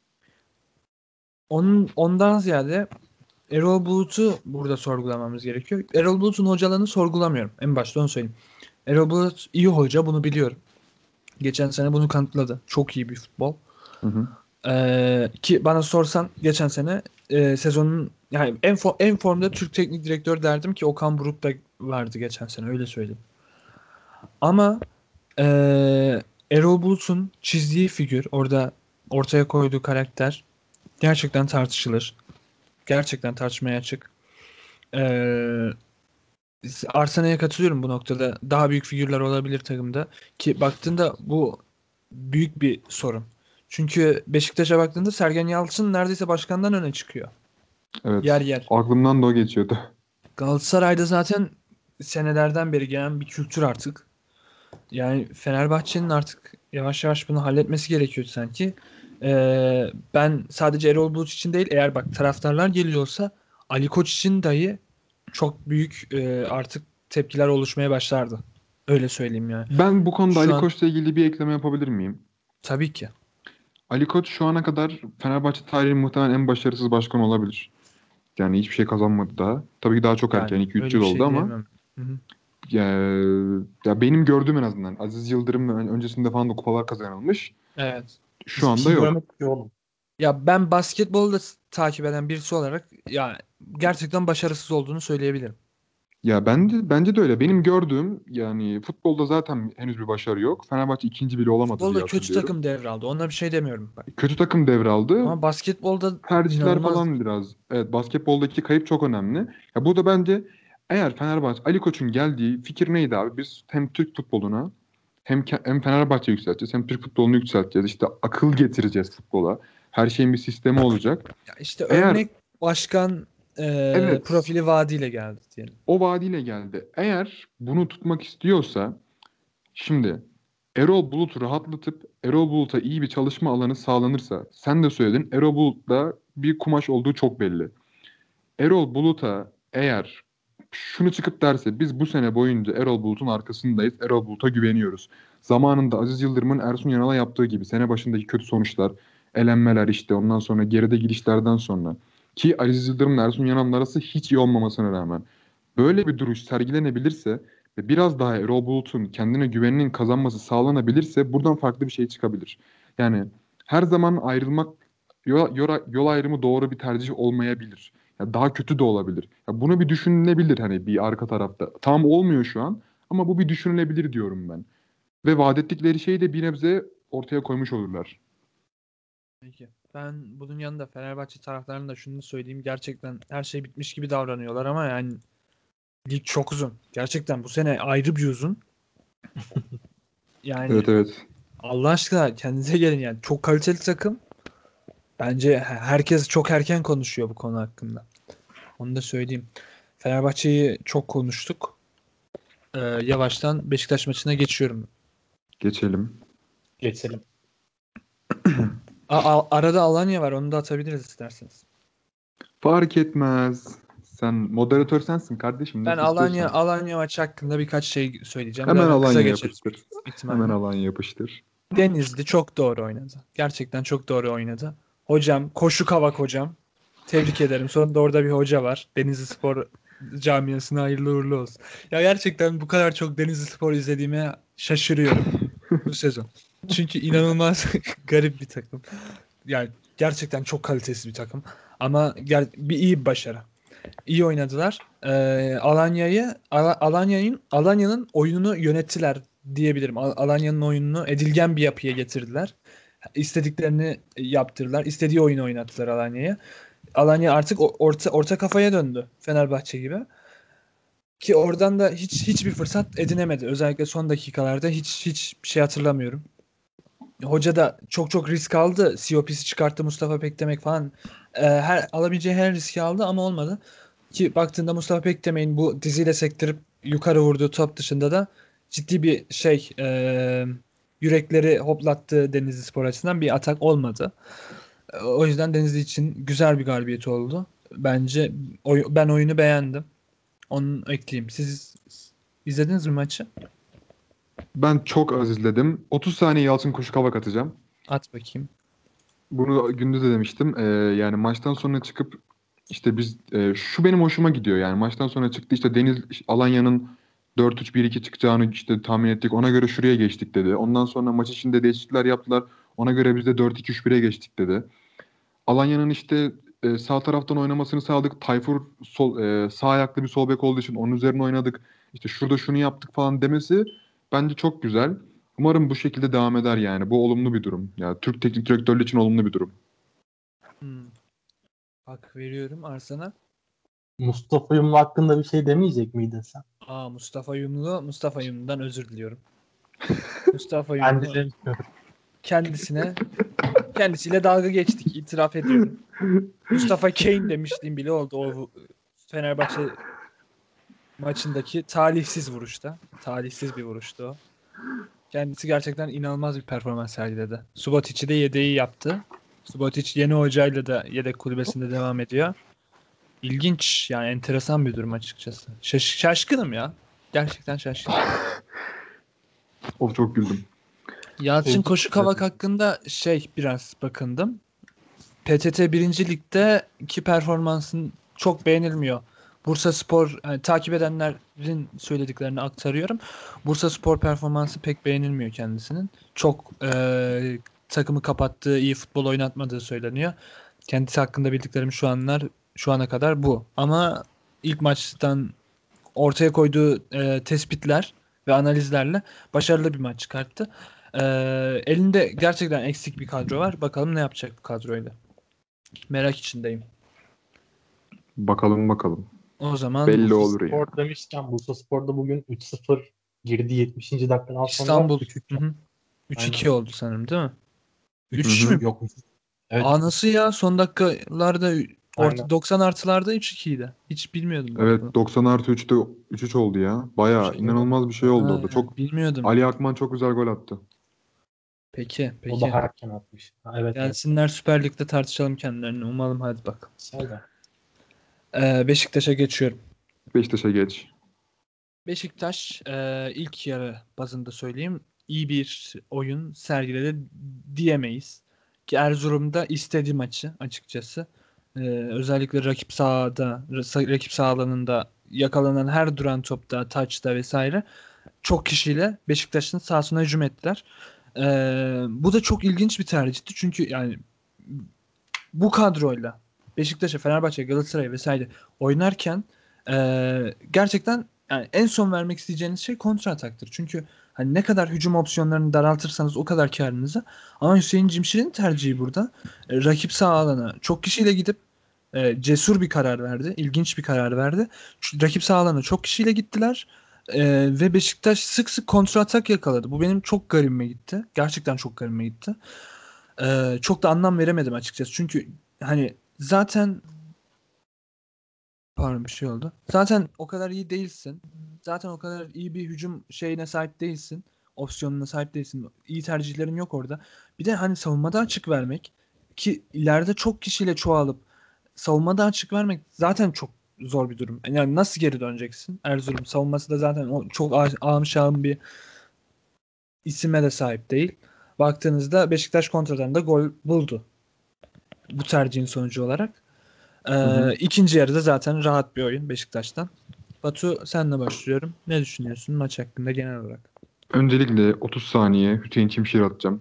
Ondan ziyade Erol Bulut'u burada sorgulamamız gerekiyor. Erol Bulut'un hocalığını sorgulamıyorum. En başta onu söyleyeyim. Erol Bulut iyi hoca, bunu biliyorum. Geçen sene bunu kanıtladı. Çok iyi bir futbol. Hı hı. Ki bana sorsan geçen sene sezonun yani en formda Türk teknik direktör derdim ki Okan Buruk da vardı geçen sene, öyle söyleyeyim. Ama Erol Bulut'un çizdiği figür, orada ortaya koyduğu karakter gerçekten tartışılır. Gerçekten tartışmaya açık. Ee, Arsenal'e katılıyorum bu noktada. Daha büyük figürler olabilir takımda. Ki baktığında bu büyük bir sorun. Çünkü Beşiktaş'a baktığında Sergen Yalçın neredeyse başkandan öne çıkıyor. Yer Evet. yer. Aklımdan da o geçiyordu. Galatasaray'da zaten senelerden beri gelen bir kültür artık. Yani Fenerbahçe'nin artık yavaş yavaş bunu halletmesi gerekiyor sanki. Ben sadece Erol Bulut için değil, eğer bak taraftarlar geliyorsa Ali Koç için dahi çok büyük artık tepkiler oluşmaya başlardı. Öyle söyleyeyim yani. Ben bu konuda Şu Ali an Koç'la ilgili bir ekleme yapabilir miyim? tabii ki. Ali Koç şu ana kadar Fenerbahçe tarihinin muhtemelen en başarısız başkan olabilir. Yani hiçbir şey kazanmadı daha. Tabii ki daha çok erken Yani 2-3 öyle yıl bir oldu şey ama diyemem. Hı hı. ya, ya benim gördüğüm en azından Aziz Yıldırım öncesinde falan da kupalar kazanılmış. Evet. Şu Hiçbir anda şey yok. görmedik ki oğlum. Ya ben basketbolu da takip eden birisi olarak ya gerçekten başarısız olduğunu söyleyebilirim. Ya bence de öyle. Benim gördüğüm yani futbolda zaten henüz bir başarı yok. Fenerbahçe ikinci bile olamadı diye Futbolda kötü hatırlıyorum. takım devraldı. Ona bir şey demiyorum bak. Kötü takım devraldı. Ama basketbolda Tercihler inanılmaz. falan biraz. Evet basketboldaki kayıp çok önemli. Ya burada bence eğer Fenerbahçe Ali Koç'un geldiği fikir neydi abi? Biz hem Türk futboluna hem Fenerbahçe yükselteceğiz hem Türk futbolunu yükselteceğiz. İşte akıl getireceğiz futbola. Her şeyin bir sistemi olacak. Ya işte Eğer örnek başkan evet profili vaadiyle geldi diyelim. o vaadiyle geldi. Eğer bunu tutmak istiyorsa şimdi Erol Bulut'u rahatlatıp Erol Bulut'a iyi bir çalışma alanı sağlanırsa sen de söyledin Erol Bulut'ta bir kumaş olduğu çok belli. Erol Bulut'a eğer şunu çıkıp derse biz bu sene boyunca Erol Bulut'un arkasındayız. Erol Bulut'a güveniyoruz. Zamanında Aziz Yıldırım'ın Ersun Yanal'a yaptığı gibi sene başındaki kötü sonuçlar, elenmeler işte ondan sonra geride gidişlerden sonra ki Aziz Yıldırım'la Ersun Yanal'ın arası hiç iyi olmamasına rağmen böyle bir duruş sergilenebilirse ve biraz daha Erol Bulut'un kendine güveninin kazanması sağlanabilirse buradan farklı bir şey çıkabilir. Yani her zaman ayrılmak yol ayrımı doğru bir tercih olmayabilir. Ya daha kötü de olabilir. Ya bunu bir düşünülebilir hani bir arka tarafta. Tam olmuyor şu an ama bu bir düşünülebilir diyorum ben. Ve vaat ettikleri şeyi de bir nebze ortaya koymuş olurlar. Peki. Ben bunun yanında Fenerbahçe taraftarının da şunu söyleyeyim. Gerçekten her şey bitmiş gibi davranıyorlar ama yani lig çok uzun. Gerçekten bu sene ayrı bir uzun. Yani Evet evet. Allah aşkına kendinize gelin yani. Çok kaliteli takım. Bence herkes çok erken konuşuyor bu konu hakkında. Onu da söyleyeyim. Fenerbahçe'yi çok konuştuk. Yavaştan Beşiktaş maçına geçiyorum. Geçelim. Geçelim. Arada Alanya var. Onu da atabiliriz isterseniz. Fark etmez. Sen moderatör sensin kardeşim. Ben Nasıl Alanya istiyorsan. Alanya maçı hakkında birkaç şey söyleyeceğim de Hemen hemen kısa Alanya geçeriz yapıştır. büyük Hemen ihtimalle. Alanya yapıştır. Denizli çok doğru oynadı. Gerçekten çok doğru oynadı. Hocam, Koşu Kavak hocam. Tebrik ederim. Sonunda orada bir hoca var. Denizli Spor camiasına hayırlı uğurlu olsun. Ya gerçekten bu kadar çok Denizli Spor izlediğime şaşırıyorum bu sezon. Çünkü inanılmaz garip bir takım. Yani gerçekten çok kalitesiz bir takım. Ama iyi bir başarı. İyi oynadılar. Alanya'nın oyununu yönettiler diyebilirim. Alanya'nın oyununu edilgen bir yapıya getirdiler. İstediklerini yaptırdılar. İstediği oyunu oynattılar Alanya'ya. Alanya artık orta kafaya döndü. Fenerbahçe gibi. Ki oradan da hiçbir fırsat edinemedi. Özellikle son dakikalarda hiç bir şey hatırlamıyorum. Hoca da çok risk aldı. COP'si çıkarttı, Mustafa Pekdemek falan. Alabileceği her riski aldı ama olmadı. Ki baktığında Mustafa Pekdemek'in bu diziyle sektirip yukarı vurduğu top dışında da ciddi bir yürekleri hoplattığı Denizlispor açısından bir atak olmadı. O yüzden Denizli için güzel bir galibiyet oldu. Bence ben oyunu beğendim. Onu ekleyeyim. Siz izlediniz mi maçı? Ben çok az izledim. 30 saniye Yalçın Koşu Kavak atacağım. At bakayım. Bunu gündüz de demiştim. Yani maçtan sonra çıkıp işte biz şu benim hoşuma gidiyor. Yani maçtan sonra çıktı işte Alanya'nın 4-3-1-2 çıkacağını işte tahmin ettik. Ona göre şuraya geçtik dedi. Ondan sonra maç içinde değişiklikler yaptılar. Ona göre biz de 4-2-3-1'e geçtik dedi. Alanya'nın işte sağ taraftan oynamasını sağladık. Tayfur sağ ayaklı bir sol bek olduğu için onun üzerine oynadık. İşte şurada şunu yaptık falan demesi bence çok güzel. Umarım bu şekilde devam eder yani. Bu olumlu bir durum. Yani Türk teknik direktörlüğü için olumlu bir durum. Hak veriyorum Arslan'a. Mustafa Yumlu hakkında bir şey demeyecek miydin sen? Mustafa Yumlu'dan özür diliyorum. Mustafa Ben Yumlu dilemiyorum. kendisiyle dalga geçtik. İtiraf ediyorum. Mustafa Kane demişliğim bile oldu o Fenerbahçe maçındaki talihsiz vuruşta. Talihsiz bir vuruştu o. Kendisi gerçekten inanılmaz bir performans sergiledi. Subotic'i de yedeği yaptı. Subotic yeni hocayla da yedek kulübesinde devam ediyor. İlginç yani enteresan bir durum açıkçası. Şaşkınım ya. Gerçekten şaşkınım. Of çok güldüm. Yalçın Koşu Kavak hakkında biraz bakındım. PTT 1. Lig'de iki performansın çok beğenilmiyor. Bursaspor takip edenlerin söylediklerini aktarıyorum. Bursaspor performansı pek beğenilmiyor kendisinin. Çok takımı kapattığı, iyi futbol oynatmadığı söyleniyor. Kendisi hakkında bildiklerim şu ana kadar bu. Ama ilk maçtan ortaya koyduğu tespitler ve analizlerle başarılı bir maç çıkarttı. Elinde gerçekten eksik bir kadro var. Bakalım ne yapacak bu kadroyla. Merak içindeyim. Bakalım. O zaman Belli olur ya. Spor demişken Bursaspor'da bugün 3-0 girdi 70. dakikadan sonra İstanbul 3-3 Hı hı. 3-2 oldu sanırım değil mi? Hı 3 hı. mü? yok. Evet. Nasıl ya? Son dakikalarda Aynen. 90 artılarda 3-2'ydi. Hiç bilmiyordum bak bunu. Evet 90+3'te 3-3 oldu ya. Bayağı Şey inanılmaz bir şey oldu orada. Çok Bilmiyordum. Ali Akman çok güzel gol attı. Peki. O da erken atmış. Evet. Gelsinler Süper Lig'de tartışalım kendilerini. Umalım hadi bak. Söyle. Beşiktaş'a geçiyorum. Beşiktaş'a geç. Beşiktaş ilk yarı bazında söyleyeyim iyi bir oyun sergiledi diyemeyiz. Ki Erzurum'da istediği maçı açıkçası. Özellikle rakip saha alanında yakalanan her duran topta, taçta vesaire çok kişiyle Beşiktaş'ın sahasına hücum ettiler. Bu da çok ilginç bir tercihti. Çünkü yani bu kadroyla Beşiktaş'a, Fenerbahçe, Galatasaray vesaire oynarken gerçekten yani en son vermek isteyeceğiniz şey kontra ataktır. Çünkü hani ne kadar hücum opsiyonlarını daraltırsanız o kadar kârınıza. Ama Hüseyin Cimşir'in tercihi burada. Rakip sağ alana çok kişiyle gidip cesur bir karar verdi. İlginç bir karar verdi. Rakip sağ alana çok kişiyle gittiler. Ve Beşiktaş sık sık kontra atak yakaladı. Bu benim çok garibime gitti. Gerçekten çok garibime gitti. Çok da anlam veremedim açıkçası. Çünkü hani zaten pardon bir şey oldu. Zaten o kadar iyi değilsin. Zaten o kadar iyi bir hücum şeyine sahip değilsin. Opsiyonuna sahip değilsin. İyi tercihlerin yok orada. Bir de hani savunmada açık vermek ki ileride çok kişiyle çoğalıp savunmada açık vermek zaten çok zor bir durum. Yani nasıl geri döneceksin? Erzurum savunması da zaten o çok ağım şahım bir isime de sahip değil. Baktığınızda Beşiktaş kontradan da gol buldu. Bu tercihin sonucu olarak. İkinci yarıda zaten rahat bir oyun Beşiktaş'tan. Batu senle başlıyorum. Ne düşünüyorsun maç hakkında genel olarak? Öncelikle 30 saniye Hüseyin Çimşir atacağım.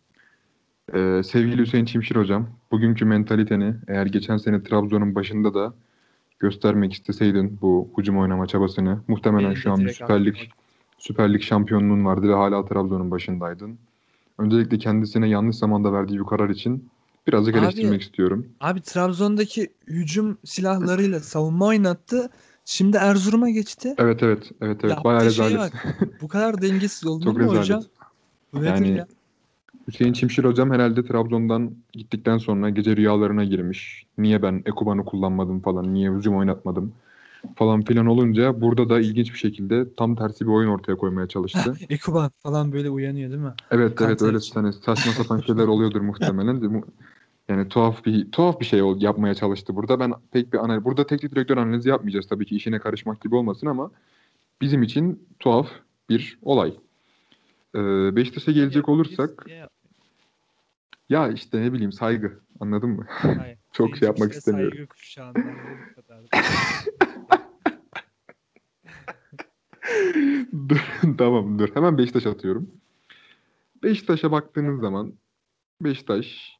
Sevgili Hüseyin Çimşir hocam, bugünkü mentaliteni eğer geçen sene Trabzon'un başında da göstermek isteseydin bu hücum oynama çabasını muhtemelen Benim şu de an bir direkt aklıma Süper Lig şampiyonluğun vardı ve hala Trabzon'un başındaydın. Öncelikle kendisine yanlış zamanda verdiği bir karar için birazcık Abi eleştirmek istiyorum. abi Trabzon'daki hücum silahlarıyla savunma oynattı. Şimdi Erzurum'a geçti. Evet. Bayağı Yaptığı şeye rezalet. bak. Bu kadar dengesiz olunur Çok mu hocam? rezalet. Bu nedir Yani ya? Hüseyin Çimşir hocam herhalde Trabzon'dan gittikten sonra gece rüyalarına girmiş. Niye ben Ekuban'ı kullanmadım falan, niye hücum oynatmadım falan filan olunca burada da ilginç bir şekilde tam tersi bir oyun ortaya koymaya çalıştı. Ekuban falan böyle uyanıyor değil mi? Evet, Kanter öyle için. hani saçma sapan şeyler oluyordur muhtemelen. Yani tuhaf bir şey yapmaya çalıştı burada. Ben pek bir burada teknik direktör analizi yapmayacağız tabii ki işine karışmak gibi olmasın ama bizim için tuhaf bir olay. Beşiktaş'a gelecek olursak Ya, ya işte ne bileyim saygı anladın mı? hayır. Çok şey yapmak Gençmişte istemiyorum. saygı kuşağından da bu kadar. Tamam dur. Hemen Beşiktaş atıyorum. Beşiktaş'a baktığınız zaman Beşiktaş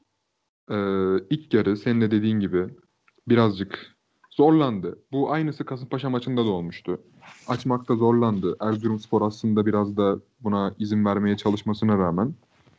ilk yarı senin de dediğin gibi birazcık zorlandı. Bu aynısı Kasımpaşa maçında da olmuştu. Açmakta zorlandı. Erzurumspor aslında biraz da buna izin vermeye çalışmasına rağmen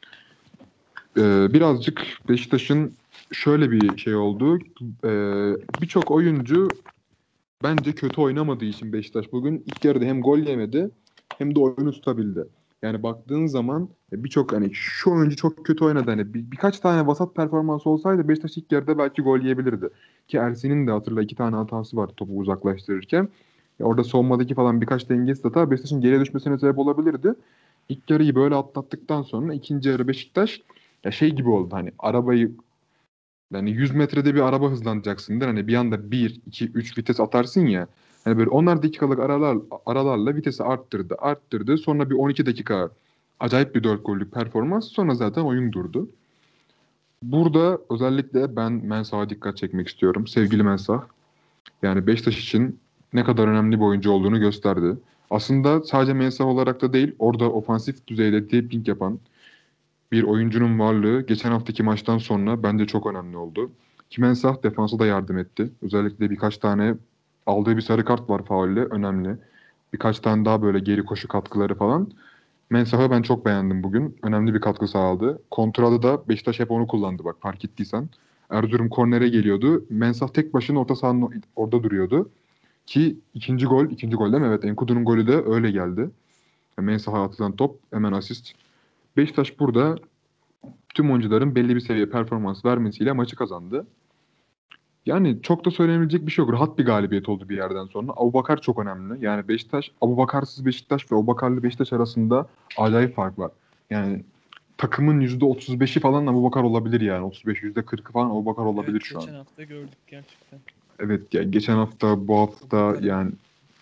birazcık Beşiktaş'ın şöyle bir şey oldu. Birçok oyuncu bence kötü oynamadığı için Beşiktaş bugün ilk yarıda hem gol yemedi hem de oyunu tutabildi. Yani baktığın zaman birçok hani şu oyuncu çok kötü oynadı. Hani birkaç tane vasat performans olsaydı Beşiktaş ilk yarıda belki gol yiyebilirdi. Ki Ersin'in de hatırla 2 tane hatası var topu uzaklaştırırken. Orada savunmadaki falan birkaç dengesiz hata Beşiktaş'ın geriye düşmesine sebep olabilirdi. İlk yarıyı böyle atlattıktan sonra ikinci yarı Beşiktaş ya şey gibi oldu hani arabayı yani 100 metrede bir araba hızlanacaksındır. Hani bir anda 1, 2, 3 vites atarsın ya. Hani böyle 10'ar dakikalık aralarla vitesi arttırdı. Sonra bir 12 dakika acayip bir 4 gollük performans. Sonra zaten oyun durdu. Burada özellikle ben Mensah'a dikkat çekmek istiyorum. Sevgili Mensah. Yani Beşiktaş için ne kadar önemli bir oyuncu olduğunu gösterdi. Aslında sadece Mensah olarak da değil, orada ofansif düzeyde dribbling yapan, bir oyuncunun varlığı geçen haftaki maçtan sonra bence çok önemli oldu. Ki Mensah defansa da yardım etti. Özellikle birkaç tane aldığı bir sarı kart var faulle önemli. Birkaç tane daha böyle geri koşu katkıları falan. Mensah'ı ben çok beğendim bugün. Önemli bir katkı sağladı. Kontrada da Beşiktaş hep onu kullandı bak fark ettiysen. Erzurum kornere geliyordu. Mensah tek başına orta sahanın orada duruyordu. Ki ikinci gol değil mi? Evet, Enkudu'nun golü de öyle geldi. Mensah'a atılan top hemen asist. Beşiktaş burada tüm oyuncuların belli bir seviye performans vermesiyle maçı kazandı. Yani çok da söylenebilecek bir şey yok. Rahat bir galibiyet oldu bir yerden sonra. Abubakar çok önemli. Yani Beşiktaş, Abubakarsız Beşiktaş ve Abubakarlı Beşiktaş arasında acayip fark var. Yani takımın %35'i falan Abubakar olabilir yani. 35, %40'ı falan Abubakar olabilir Evet, şu an. geçen hafta gördük gerçekten. Evet ya geçen hafta, bu Bu hafta bakarım. yani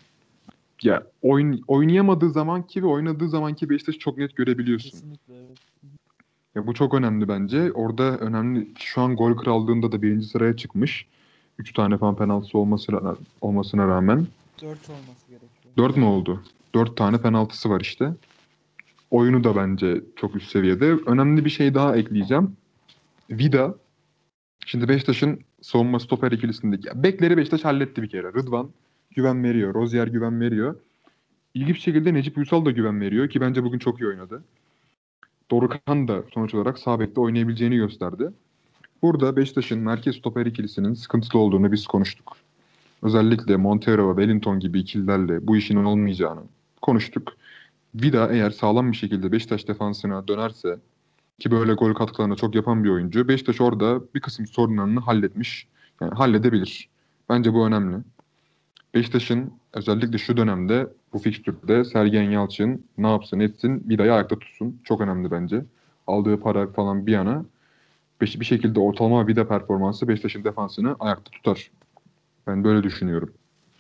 ya oynayamadığı zamanki ve oynadığı zamanki Beşiktaş'ı çok net görebiliyorsun. Kesinlikle evet. Ya bu çok önemli bence. Orada önemli. Şu an gol krallığında da birinci sıraya çıkmış. 3 tane falan penaltısı olmasına rağmen. 4 olması gerekiyor. 4 mü oldu? 4 tane penaltısı var işte. Oyunu da bence çok üst seviyede. Önemli bir şey daha ekleyeceğim. Vida. Şimdi Beşiktaş'ın savunma stoper ikilisindeki. Ya bekleri Beşiktaş halletti bir kere. Rıdvan güven veriyor. Rozier güven veriyor. İlginç bir şekilde Necip Uysal da güven veriyor ki bence bugün çok iyi oynadı. Dorukhan da sonuç olarak sağ bekte oynayabileceğini gösterdi. Burada Beşiktaş'ın merkez stoper ikilisinin sıkıntılı olduğunu biz konuştuk. Özellikle Montero ve Wellington gibi ikililerle bu işin olmayacağını konuştuk. Vida eğer sağlam bir şekilde Beşiktaş defansına dönerse ki böyle gol katkılarını çok yapan bir oyuncu, Beşiktaş orada bir kısım sorunlarını halletmiş. Yani halledebilir. Bence bu önemli. Beşiktaş'ın özellikle şu dönemde bu fikstürde Sergen Yalçın ne yapsın etsin Vida'yı ayakta tutsun. Çok önemli bence. Aldığı para falan bir yana bir şekilde ortalama Vida performansı Beşiktaş'ın defansını ayakta tutar. Ben böyle düşünüyorum.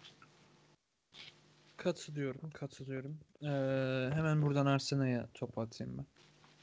Katılıyorum. Hemen buradan Arsena'ya top atayım ben.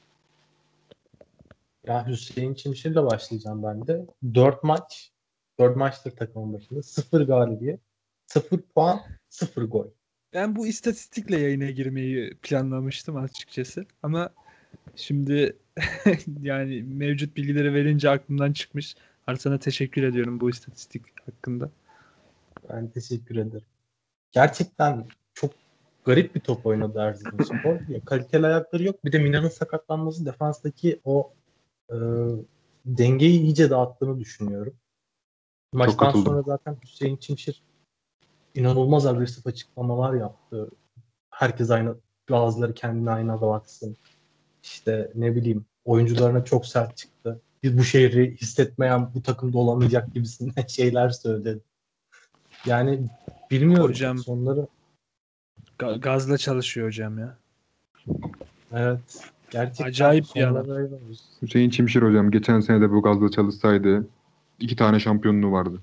Ya Hüseyin Çimşir'le başlayacağım ben de. 4 maçtır takımın başında. 0 galibiyet, 0 puan, 0 gol. Ben bu istatistikle yayına girmeyi planlamıştım açıkçası. Ama şimdi yani mevcut bilgileri verince aklımdan çıkmış. Arsen'a teşekkür ediyorum bu istatistik hakkında. Ben teşekkür ederim. Gerçekten çok garip bir top oynadı Erzurumspor. Ya, kaliteli ayakları yok. Bir de Mina'nın sakatlanması defanstaki o e, dengeyi iyice dağıttığını düşünüyorum. Çok Maçtan katıldım. sonra zaten Hüseyin Çimşir inanılmaz agresif açıklamalar yaptı. Herkes aynı, bazıları kendine aynada baksın. İşte ne bileyim, oyuncularına çok sert çıktı. Biz bu şehri hissetmeyen bu takımda olamayacak gibisinden şeyler söyledi. Yani bilmiyorum Hocam sonları. gazla çalışıyor hocam ya. Evet, gerçekten Acayip bir adam. sonları öyle olmuş. Hüseyin Çimşir hocam geçen sene de bu gazla çalışsaydı 2 tane şampiyonluğu vardı.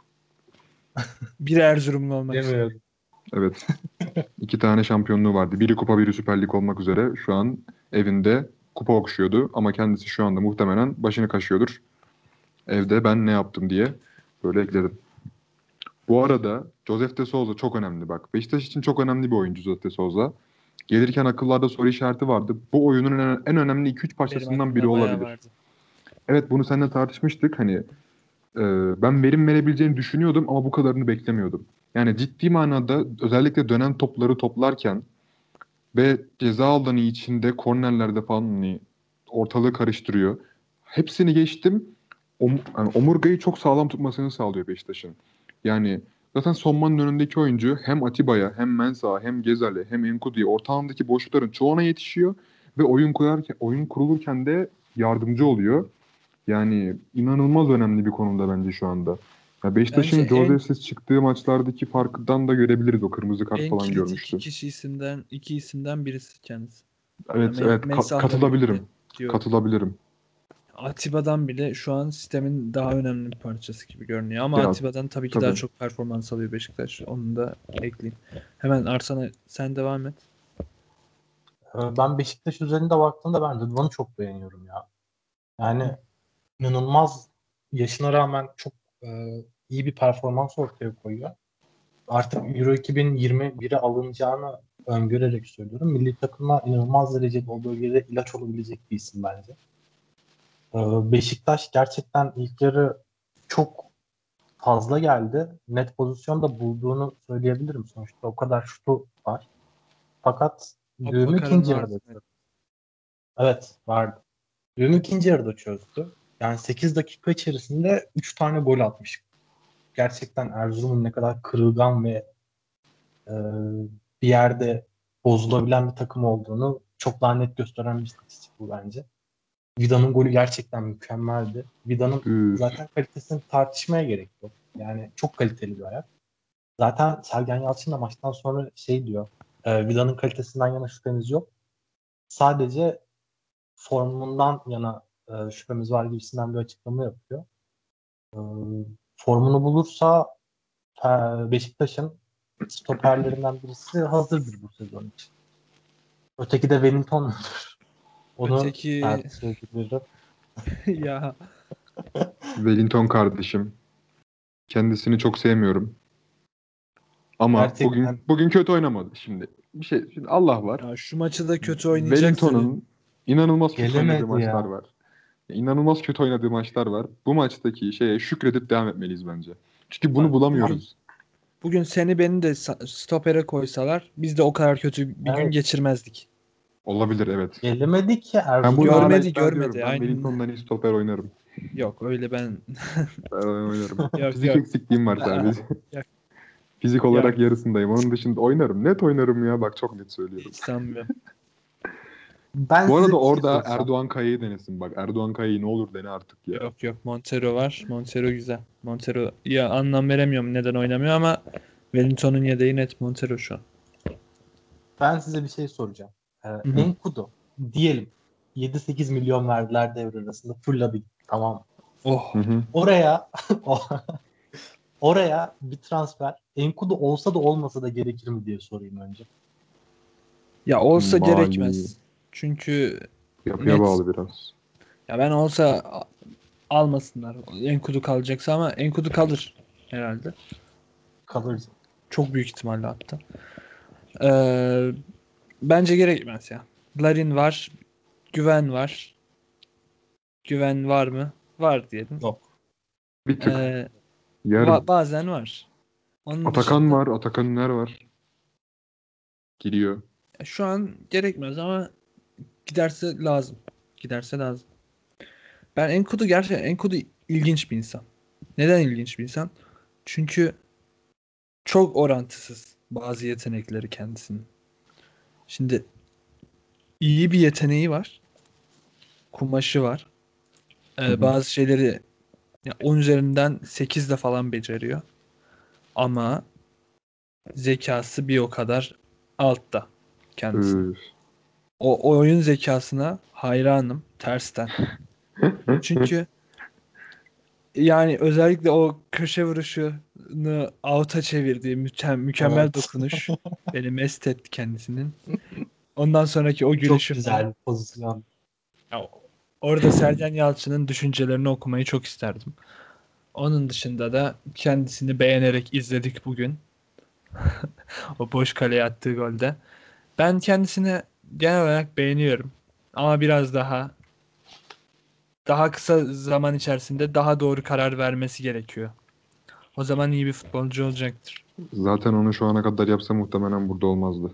Bir Erzurumlu olmak üzere. Bilemiyorum. Evet. 2 tane şampiyonluğu vardı. Biri Kupa, biri Süper Lig olmak üzere. Şu an evinde kupa okşuyordu. Ama kendisi şu anda muhtemelen başını kaşıyordur. Evde ben ne yaptım diye böyle ekledim. Bu arada Josef de Souza çok önemli bak. Beşiktaş için çok önemli bir oyuncu Josef de Souza. Gelirken akıllarda soru işareti vardı. Bu oyunun en önemli 2-3 Benim parçasından biri aklımda bayağı olabilir. vardı. Evet, bunu seninle tartışmıştık. Hani ben verim verebileceğini düşünüyordum ama bu kadarını beklemiyordum. Yani ciddi manada özellikle dönen topları toplarken ve ceza alanı içinde kornerlerde falan hani ortalığı karıştırıyor. Hepsini geçtim. Yani omurgayı çok sağlam tutmasını sağlıyor Beşiktaş'ın. Yani zaten Sonman'ın önündeki oyuncu hem Atiba'ya hem Mensah'a hem Gezal'e hem Enkudu'ya orta alandaki boşlukların çoğuna yetişiyor ve oyun kurulurken de yardımcı oluyor. Yani inanılmaz önemli bir konumda bence şu anda. Ya Bence Beşiktaş'ın Josef'siz çıktığı maçlardaki farkından da görebiliriz. O kırmızı kart en falan kilit iki görmüştü. kişi isimden iki isimden birisi kendisi. Evet, Yani evet, Mensah'la birlikte katılabilirim. diyorum. Katılabilirim. Atiba'dan bile şu an sistemin daha önemli bir parçası gibi görünüyor. Ama Ya Atiba'dan tabii ki daha tabii. çok performans alıyor Beşiktaş. Onu da ekleyeyim. Hemen Arslan'a sen devam et. Ben Beşiktaş üzerinde baktığımda ben Rıdvan'ı çok beğeniyorum ya. Yani inanılmaz, yaşına rağmen çok e, iyi bir performans ortaya koyuyor. Artık Euro 2021'e alınacağını öngörerek söylüyorum. Milli takıma inanılmaz derecede o bölgede ilaç olabilecek bir isim bence. Beşiktaş gerçekten ilk yarı çok fazla geldi. Net pozisyonda bulduğunu söyleyebilirim. Sonuçta o kadar şutu var. Fakat düğümü Abubakar'ın ikinci vardı. yarıda çözdü. Evet, vardı. Düğümü ikinci yarıda çözdü. Yani 8 dakika içerisinde 3 tane gol atmış. Gerçekten Erzurum'un ne kadar kırılgan ve e, bir yerde bozulabilen bir takım olduğunu çok daha net gösteren bir istatistik bu bence. Vida'nın golü gerçekten mükemmeldi. Vida'nın Üf. zaten kalitesini tartışmaya gerek yok. Yani çok kaliteli bir ayak. Zaten Sergen Yalçın da maçtan sonra şey diyor. Vida'nın kalitesinden yana şüphemiz yok. Sadece formundan yana şüphemiz var gibisinden bir açıklama yapıyor. E, Formunu bulursa Beşiktaş'ın stoperlerinden birisi hazırdır bu sezon için. Öteki de Wellington'dur. Onu Öteki tartışabilirim. ya Wellington kardeşim. Kendisini çok sevmiyorum. Ama Gerçekten bugün kötü oynamadı şimdi. Şimdi Allah var. ya şu maçı da kötü oynayacaksa Wellington'un inanılmaz kötü oynadığı gelemedi maçlar ya. var. İnanılmaz kötü oynadığı maçlar var. Bu maçtaki şeye şükredip devam etmeliyiz bence. Çünkü bunu bak bugün bulamıyoruz. seni beni de stopere koysalar biz de o kadar kötü bir gün Evet. geçirmezdik. Olabilir, evet. Gelemedi ki Ben bunu Erzurum. hala Görmedi iddia ediyorum. görmedi Ben aynen. Wellington'dan iyi stoper oynarım. Yok öyle ben Ben oynarım. yok Fizik yok. eksikliğim var Aa, sadece. yok Fizik yok olarak yarısındayım. Onun dışında oynarım. Net oynarım ya. Bak çok net söylüyorum. hiç sanmıyorum. Ben Bu size arada bir şey orada soracağım. Erdoğan Kaya'yı denesin. Bak Erdoğan Kaya'yı ne olur dene artık ya. Yok yok Montero var. Montero güzel. Montero ya anlam veremiyorum neden oynamıyor ama Wellington'un yedeği net Montero şu an. Ben size bir şey soracağım. Hı hı. Enkudu diyelim 7-8 milyon verdiler devre arasında. Full tamam. Hı Oh. hı. Oraya oraya bir transfer Enkudu olsa da olmasa da gerekir mi diye sorayım önce. Ya olsa Mali gerekmez. Çünkü yapıya net. bağlı biraz. Ya ben olsa almasınlar. Enkudu kalacaksa ama Enkudu kalır herhalde. Kalır. Çok büyük ihtimalle hatta. Ee, bence gerekmez ya. Larin var. Güven var. Güven var mı? Var diyelim. Yok. Bir tık. Ee, Yarım. bazen var. Onun Atakan dışında var. Atakan Üner var. Giriyor. Şu an gerekmez ama giderse lazım. Giderse lazım. Ben Enkudu ilginç bir insan. Neden ilginç bir insan? Çünkü çok orantısız bazı yetenekleri kendisinin. Şimdi iyi bir yeteneği var. Kumaşı var. Hı hı. Bazı şeyleri 10 üzerinden 8 de falan beceriyor. Ama zekası bir o kadar altta kendisinin. Üf. O oyun zekasına hayranım tersten. Çünkü yani özellikle o köşe vuruşunu out'a çevirdiği mükemmel Evet. dokunuş beni mest etti kendisinin. Ondan sonraki o Çok gülüşü falan. güzel bir pozisyon. Ya, orada Sergen Yalçın'ın düşüncelerini okumayı çok isterdim. Onun dışında da kendisini beğenerek izledik bugün. O boş kaleye attığı golde. Ben kendisini genel olarak beğeniyorum. Ama biraz daha kısa zaman içerisinde daha doğru karar vermesi gerekiyor. O zaman iyi bir futbolcu olacaktır. Zaten onu şu ana kadar yapsa muhtemelen burada olmazdı.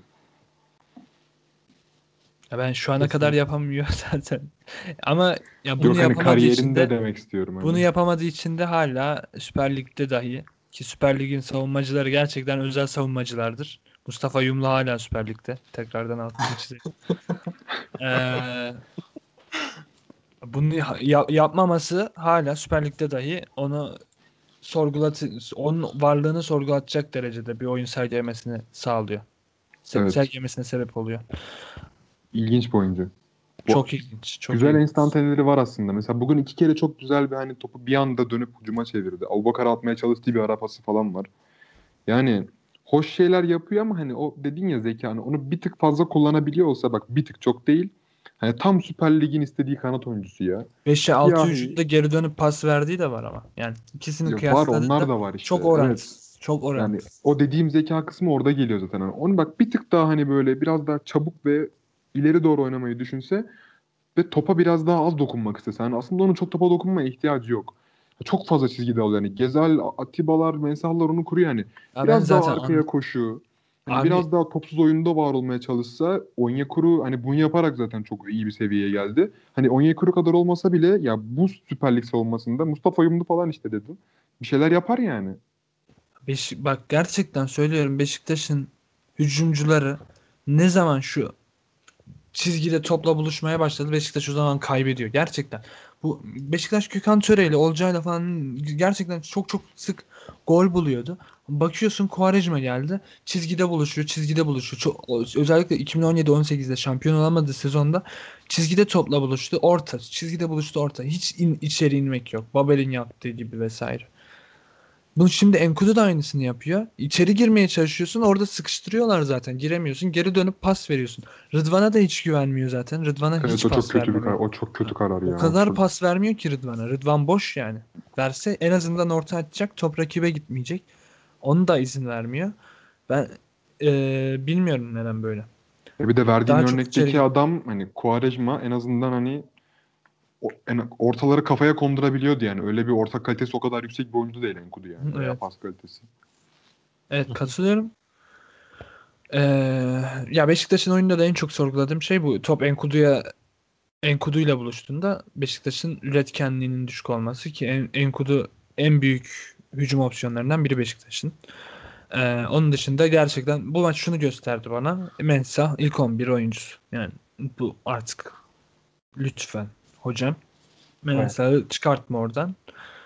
Ya ben şu ana kadar Kesinlikle. yapamıyor zaten. Ama ya Yok hani kariyerinde demek istiyorum bunu hani. yapamadığı için de hala Süper Lig'de dahi ki Süper Lig'in savunmacıları gerçekten özel savunmacılardır. Mustafa Yumlu hala Süper Lig'de. Tekrardan altını çizeyim. Ee, bunu yapmaması hala Süper Lig'de dahi onun varlığını sorgulatacak derecede bir oyun sergilemesini sağlıyor. Evet. Sergilemesine sebep oluyor. İlginç bir oyuncu. Bu Çok ilginç. Çok güzel ilginç. enstantaneleri var aslında. Mesela bugün iki kere çok güzel bir hani topu bir anda dönüp hücuma çevirdi. Abubakar atmaya çalıştığı bir ara pası falan var. Yani hoş şeyler yapıyor ama hani o dedin ya zeka hani onu bir tık fazla kullanabiliyor olsa bak bir tık çok değil. Hani tam Süper Lig'in istediği kanat oyuncusu ya. 5'e 6 Siyahi hücumda geri dönüp pas verdiği de var ama. Yani ikisini ya var onlar kıyasladığında da var işte. çok Evet. orantısız. Çok Yani orantısız. o dediğim zeka kısmı orada geliyor zaten. Hani onu bak bir tık daha hani böyle biraz daha çabuk ve ileri doğru oynamayı düşünse ve topa biraz daha az dokunmak istese. Yani aslında onun çok topa dokunmaya ihtiyacı yok. Çok fazla çizgide oluyor. Yani Gezal, Atibalar, Mensahlar onu kuruyor yani. Ya ben Biraz daha zaten arkaya koşu. Hani abi biraz daha topsuz oyunda var olmaya çalışsa Onyekuru hani bunu yaparak zaten çok iyi bir seviyeye geldi. Hani Onyekuru kadar olmasa bile ya bu Süper Lig savunmasında Mustafa Yumlu falan işte dedim. Bir şeyler yapar yani. Bak gerçekten söylüyorum Beşiktaş'ın hücumcuları ne zaman şu çizgide topla buluşmaya başladı Beşiktaş o zaman kaybediyor. Gerçekten. Bu Beşiktaş Gökhan Töre'yle Olcay'la falan gerçekten çok çok sık gol buluyordu. Bakıyorsun Quaresma geldi. Çizgide buluşuyor, çizgide buluşuyor. Özellikle 2017-18'de şampiyon olamadığı sezonda çizgide topla buluştu. Orta, çizgide buluştu orta. Hiç içeri inmek yok. Babel'in yaptığı gibi vesaire. Bunu şimdi Enkudu da aynısını yapıyor. İçeri girmeye çalışıyorsun. Orada sıkıştırıyorlar zaten. Giremiyorsun. Geri dönüp pas veriyorsun. Rıdvan'a da hiç güvenmiyor zaten. Rıdvan'a Evet hiç o çok pas kötü bir vermemeli. karar. O çok kötü karar O ya. O kadar çok... pas vermiyor ki Rıdvan'a. Rıdvan boş yani. Verse en azından orta atacak. Top rakibe gitmeyecek. Onu da izin vermiyor. Ben bilmiyorum neden böyle. Bir de verdiğin Daha çok içeri örnekteki git. adam hani Quaresma en azından hani ortaları kafaya kondurabiliyordu yani. Öyle bir orta kalitesi o kadar yüksek bir oyuncu değil Enkudu Hı, yani veya evet. pas kalitesi. Evet katılıyorum. Eee, ya Beşiktaş'ın oyunda da en çok sorguladığım şey bu. Top Enkudu ile buluştuğunda Beşiktaş'ın üretkenliğinin düşük olması ki Enkudu en büyük hücum opsiyonlarından biri Beşiktaş'ın. Onun dışında gerçekten bu maç şunu gösterdi bana. Mensah ilk 11 oyuncusu. Yani bu artık lütfen hocam. Evet. Mensah'ı çıkartma oradan.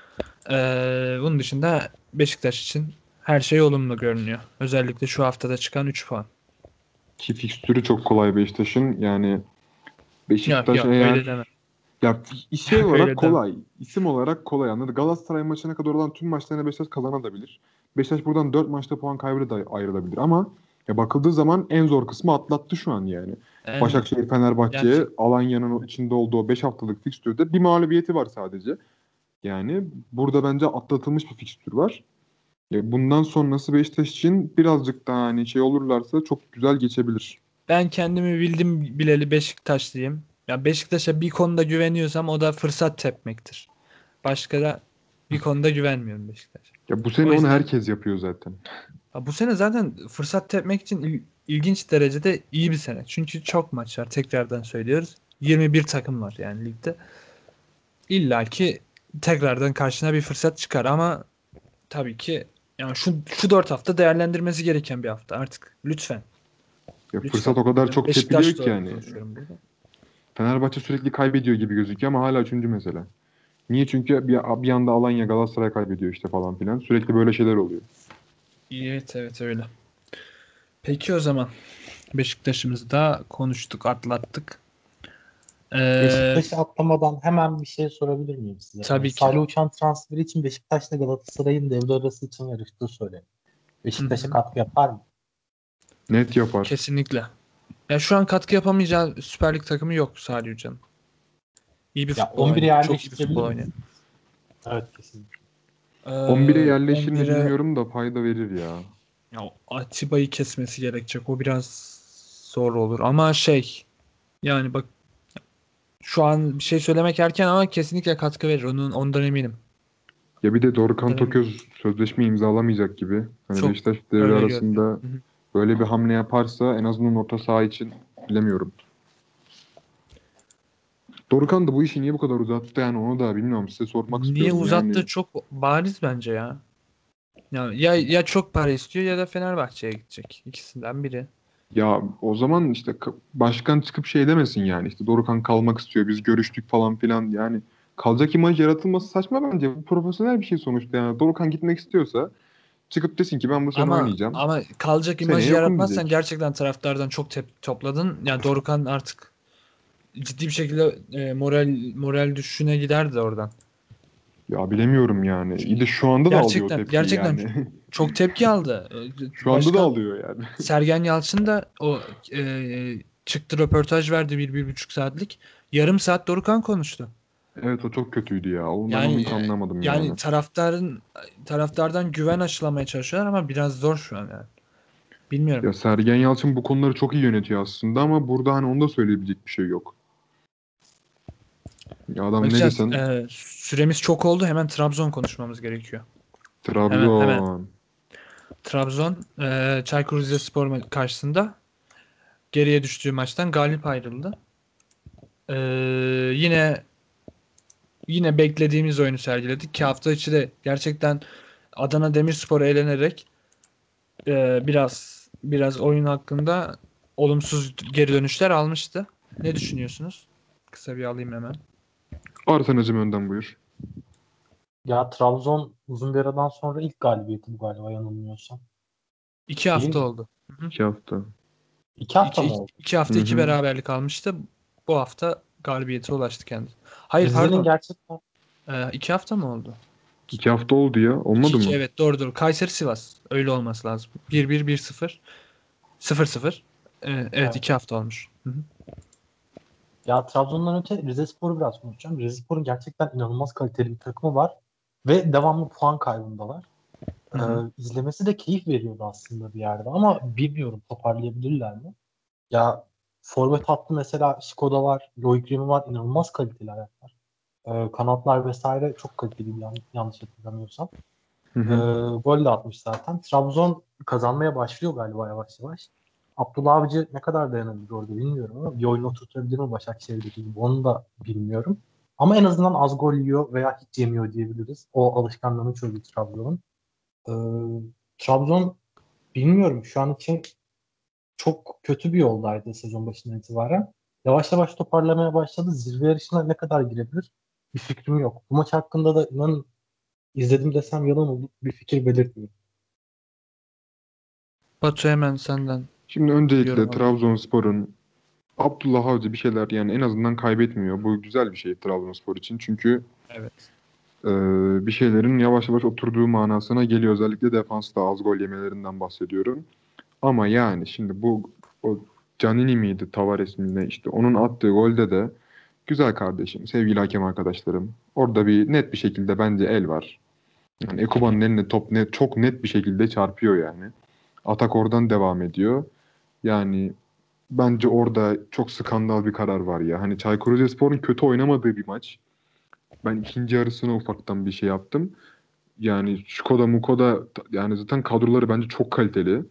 Bunun dışında Beşiktaş için her şey olumlu görünüyor. Özellikle şu haftada çıkan 3 puan. Ki fikstürü çok kolay Beşiktaş'ın. Yani Yok Beşiktaş yok öyle eğer deme. ya şey Yok olarak öyle deme. kolay, isim olarak kolay anladı. Galatasaray maçına kadar olan tüm maçlarına Beşiktaş kazanabilir. Beşiktaş buradan 4 maçta puan kaybı da ayrılabilir ama ya bakıldığı zaman en zor kısmı atlattı şu an yani. En Başakşehir Fenerbahçe gerçek Alanya'nın içinde olduğu 5 haftalık fikstürde bir mağlubiyeti var sadece. Yani burada bence atlatılmış bir fikstür var. Bundan sonrası Beşiktaş için birazcık daha hani şey olurlarsa çok güzel geçebilir. Ben kendimi bildim bileli Beşiktaşlıyım. Ya Beşiktaş'a bir konuda güveniyorsam o da fırsat tepmektir. Başka da bir konuda güvenmiyorum Beşiktaş'a. Ya bu sene O onu yüzden herkes yapıyor zaten. bu sene zaten fırsat tepmek için ilginç derecede iyi bir sene. Çünkü çok maç var. Tekrardan söylüyoruz. 21 takım var yani ligde. İlla ki tekrardan karşına bir fırsat çıkar ama tabii ki yani şu 4 hafta değerlendirmesi gereken bir hafta artık. Lütfen. Ya Lütfen. fırsat o kadar Ben çok tepiliyor Beşiktaş'ta ki yani. konuşuyorum burada. Fenerbahçe sürekli kaybediyor gibi gözüküyor ama hala üçüncü mesela. Niye? Çünkü bir anda Alanya Galatasaray kaybediyor işte falan filan. Sürekli böyle şeyler oluyor. Evet, evet öyle. Peki o zaman Beşiktaş'ımızı da konuştuk, atlattık. Beşiktaş'ı atlamadan hemen bir şey sorabilir miyim size? Tabii ki. Salih Uçan transferi için Beşiktaş'la Galatasaray'ın devre arası için yarıştığı söyleniyor. Hı Beşiktaş'a hı. katkı yapar mı? Net yapar. Kesinlikle. Ya şu an katkı yapamayacağı Süper Lig takımı yok Salih Hoca'nın. İyi bir Ya futbol 11'e oynuyor. Çok iyi bir yerleştirebilir futbol mi? oynuyor. Evet, kesinlikle. 11'e yerleşir mi 11'e bilmiyorum da fayda verir ya. ya Atiba'yı kesmesi gerekecek. O biraz zor olur. Ama yani bak şu an bir şey söylemek erken ama kesinlikle katkı verir. Ondan eminim. Ya bir de Dorukhan Ondan eminim. Toköz sözleşme imzalamayacak gibi. Hani Çok Beşiktaş devre öyle görünüyor. arasında Hı hı. böyle bir hamle yaparsa en azından orta saha için bilemiyorum. Dorukhan da bu işi niye bu kadar uzattı yani onu da bilmiyorum. Size sormak Niye istiyorum uzattı yani. çok bariz bence ya. Ya çok para istiyor ya da Fenerbahçe'ye gidecek. İkisinden biri. Ya o zaman işte başkan çıkıp şey demesin yani. İşte Dorukhan kalmak istiyor. Biz görüştük falan filan. Yani kalacak imaj yaratılması saçma bence. Bu profesyonel bir şey sonuçta yani. Dorukhan gitmek istiyorsa çıkıp desin ki ben bu sene Ama oynayacağım. ama kalacak Seneye imajı yokum yaratmazsan diyecek. gerçekten taraftardan çok topladın. Yani Dorukhan artık ciddi bir şekilde moral düşüşüne giderdi oradan. Ya bilemiyorum yani. İyi de şu anda da alıyor tepkiyi Gerçekten yani. çok tepki aldı. Şu anda da Başkan alıyor yani. Sergen Yalçın da çıktı, röportaj verdi 1,5 saatlik. Yarım saat Dorukhan konuştu. Evet o çok kötüydü ya. Ben onu Yani hiç anlamadım yani yani. taraftardan güven aşılamaya çalışıyorlar ama biraz zor şu an yani. Bilmiyorum. Ya Sergen Yalçın bu konuları çok iyi yönetiyor aslında ama burada hani onu da söyleyebilecek bir şey yok. Ya adam ne Bakacağız. desen Süremiz çok oldu. Hemen Trabzon konuşmamız gerekiyor. Hemen. Trabzon. Trabzon Çaykur Rizespor karşısında geriye düştüğü maçtan galip ayrıldı. E, yine yine beklediğimiz oyunu sergiledik ki hafta içi de gerçekten Adana Demirspor'a elenerek biraz oyun hakkında olumsuz geri dönüşler almıştı. Ne düşünüyorsunuz? Kısa bir alayım hemen. Arsenacığım önden buyur. Ya Trabzon uzun bir aradan sonra ilk galibiyeti bu galiba, yanılmıyorsam. 2 hafta Değil mi? oldu. Hı hı. 2 hafta. 2 hafta İki, mı iki, oldu? iki Hı hafta iki hı. beraberlik almıştı. Bu hafta galibiyete ulaştı kendisi. Hayır, Rize'nin pardon. gerçekten 2 hafta mı oldu? 2 hafta oldu ya. İki Olmadı iki, mı? evet, doğru. Kayseri Sivas. Öyle olması lazım. 1-1, 1-0. 0-0. Evet, evet. 2 hafta olmuş. Hı hı. Ya Trabzon'dan öte Rizespor'u biraz konuşacağım. Rizespor'un gerçekten inanılmaz kaliteli bir takımı var ve devamlı puan kaybındalar. Hı hı. İzlemesi de keyif veriyordu aslında bir yerde ama bilmiyorum, toparlayabilirler mi? Ya forvet hattı mesela Skoda var, Loic Remy var, inanılmaz kaliteli ayaklar. Kanatlar vesaire çok kaliteli, yanlış hatırlamıyorsam. Hı Ee, hı. gol de atmış zaten. Trabzon kazanmaya başlıyor galiba yavaş yavaş. Abdullah Avcı ne kadar dayanabilir orada bilmiyorum ama bir oyunu oturtabilir mi Başakşehir'deki gibi onu da bilmiyorum. Ama en azından az gol yiyor veya hiç yemiyor diyebiliriz. O alışkanlığını çözdü Trabzon'un. Ee, Trabzon bilmiyorum, şu an için çok kötü bir yoldaydı sezon başından itibaren. Yavaş yavaş toparlamaya başladı. Zirve yarışına ne kadar girebilir bir fikrim yok. Bu maç hakkında da inanın izledim desem yalan olur, bir fikir belirtmiyor. Batu, hemen senden Şimdi yorum öncelikle alayım. Trabzonspor'un Abdullah Avcı bir şeyler yani en azından kaybetmiyor. Bu güzel bir şey Trabzonspor için. Çünkü Evet. e, bir şeylerin yavaş yavaş oturduğu manasına geliyor. Özellikle defansta az gol yemelerinden bahsediyorum. Ama yani şimdi o Canini miydi, Tavares mi ne işte onun attığı golde de güzel kardeşim, sevgili hakem arkadaşlarım. Orada bir net bir şekilde bence el var. Yani Ekuban'ın eline top çok net bir şekilde çarpıyor yani. Atak oradan devam ediyor. Yani bence orada çok skandal bir karar var ya. Hani Çaykur Rizespor'un kötü oynamadığı bir maç. Ben ikinci yarısına ufaktan bir şey yaptım. Yani Skoda Mukoda yani zaten kadroları bence çok kaliteli.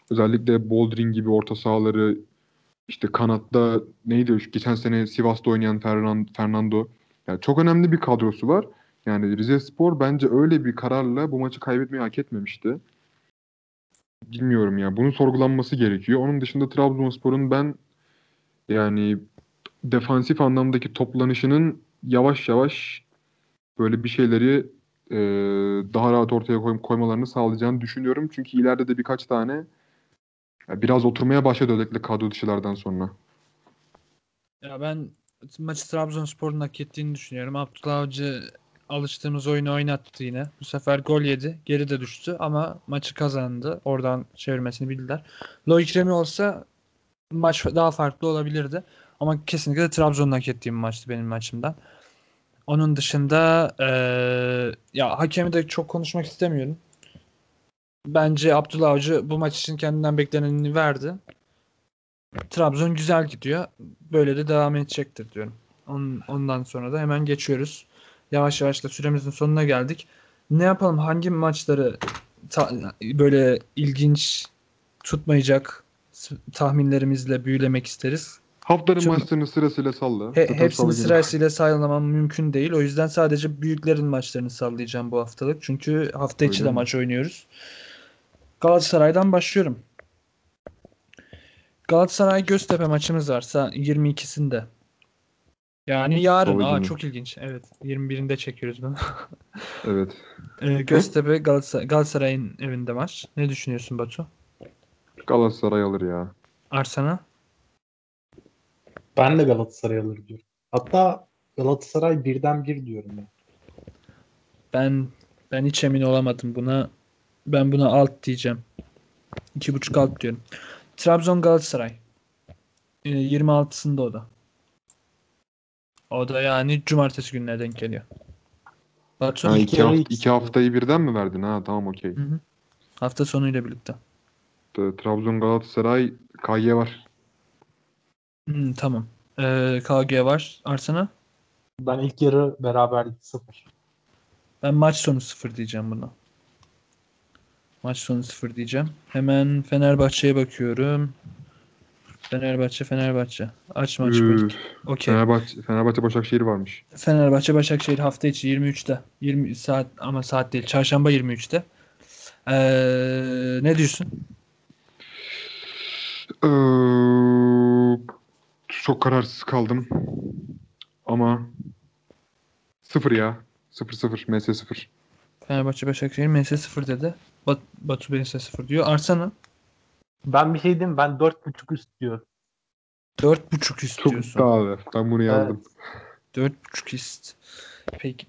Özellikle Boldrin gibi orta sahaları, işte kanatta neydi şu geçen sene Sivas'ta oynayan Fernando. Yani çok önemli bir kadrosu var. Yani Rizespor bence öyle bir kararla bu maçı kaybetmeyi hak etmemişti. Bilmiyorum ya. Bunun sorgulanması gerekiyor. Onun dışında Trabzonspor'un ben yani defansif anlamdaki toplanışının yavaş yavaş böyle bir şeyleri e, daha rahat ortaya koymalarını sağlayacağını düşünüyorum. Çünkü ileride de birkaç tane biraz oturmaya başladı özellikle kadro dışılardan sonra. Ya ben maçı Trabzonspor'un hak ettiğini düşünüyorum. Abdullah Avcı alıştığımız oyunu oynattı yine. Bu sefer gol yedi. Geri de düştü ama maçı kazandı. Oradan çevirmesini bildiler. Loic Remy olsa maç daha farklı olabilirdi. Ama kesinlikle Trabzon'un hak ettiği bir maçtı benim maçımdan. Onun dışında ya hakemi de çok konuşmak istemiyorum. Bence Abdullah Avcı bu maç için kendinden bekleneni verdi. Trabzon güzel gidiyor. Böyle de devam edecektir diyorum. Ondan sonra da hemen geçiyoruz. Yavaş yavaş da süremizin sonuna geldik. Ne yapalım? Hangi maçları böyle ilginç tutmayacak tahminlerimizle büyülemek isteriz? Haftanın Tüm maçlarını sırasıyla salla. Zaten hepsini salı günü. sırasıyla sayılamam mümkün değil. O yüzden sadece büyüklerin maçlarını sallayacağım bu haftalık. Çünkü hafta içi Öyle de mi? maç oynuyoruz. Galatasaray'dan başlıyorum. Galatasaray Göztepe maçımız varsa 22'sinde. Yani yarın. Salı günü. Çok ilginç. Evet. 21'inde çekiyoruz bunu. Evet. Göztepe Galatasaray'ın evinde maç. Ne düşünüyorsun Batu? Galatasaray alır ya. Arsana? Ben de Galatasaray alır diyorum. Hatta Galatasaray birden bir diyorum ya. Ben hiç emin olamadım buna. Ben buna alt diyeceğim. 2,5 alt diyorum. Trabzon Galatasaray. 26'sında o da. O da yani cumartesi gününe denk geliyor. Batu? Ha, İlk yarı ikisi iki de. haftayı birden mi verdin? Ha tamam okey. Hı hı. Hafta sonuyla birlikte. Trabzon Galatasaray KG var. Tamam. KG var. Arsana? Ben ilk yarı beraberlik 0. Ben maç sonu 0 diyeceğim buna. Maç sonu 0 diyeceğim. Hemen Fenerbahçe'ye bakıyorum. Fenerbahçe. Aç maç koy. Üf, Okey. Fenerbahçe Başakşehir varmış. Fenerbahçe Başakşehir hafta içi 23'te. 20 saat ama saat değil. Çarşamba 23'te. Ne diyorsun? Ee, çok kararsız kaldım. Ama 0 ya. 0-0. MS 0. Fenerbahçe Başakşehir MS 0 dedi. Batu MS 0 diyor. Arsana Ben bir şey diyeyim, ben 4.5 üst diyorum. 4,5 Çok istiyorsun. iddialı. Ben bunu yazdım. Evet. 4,5 ist. Peki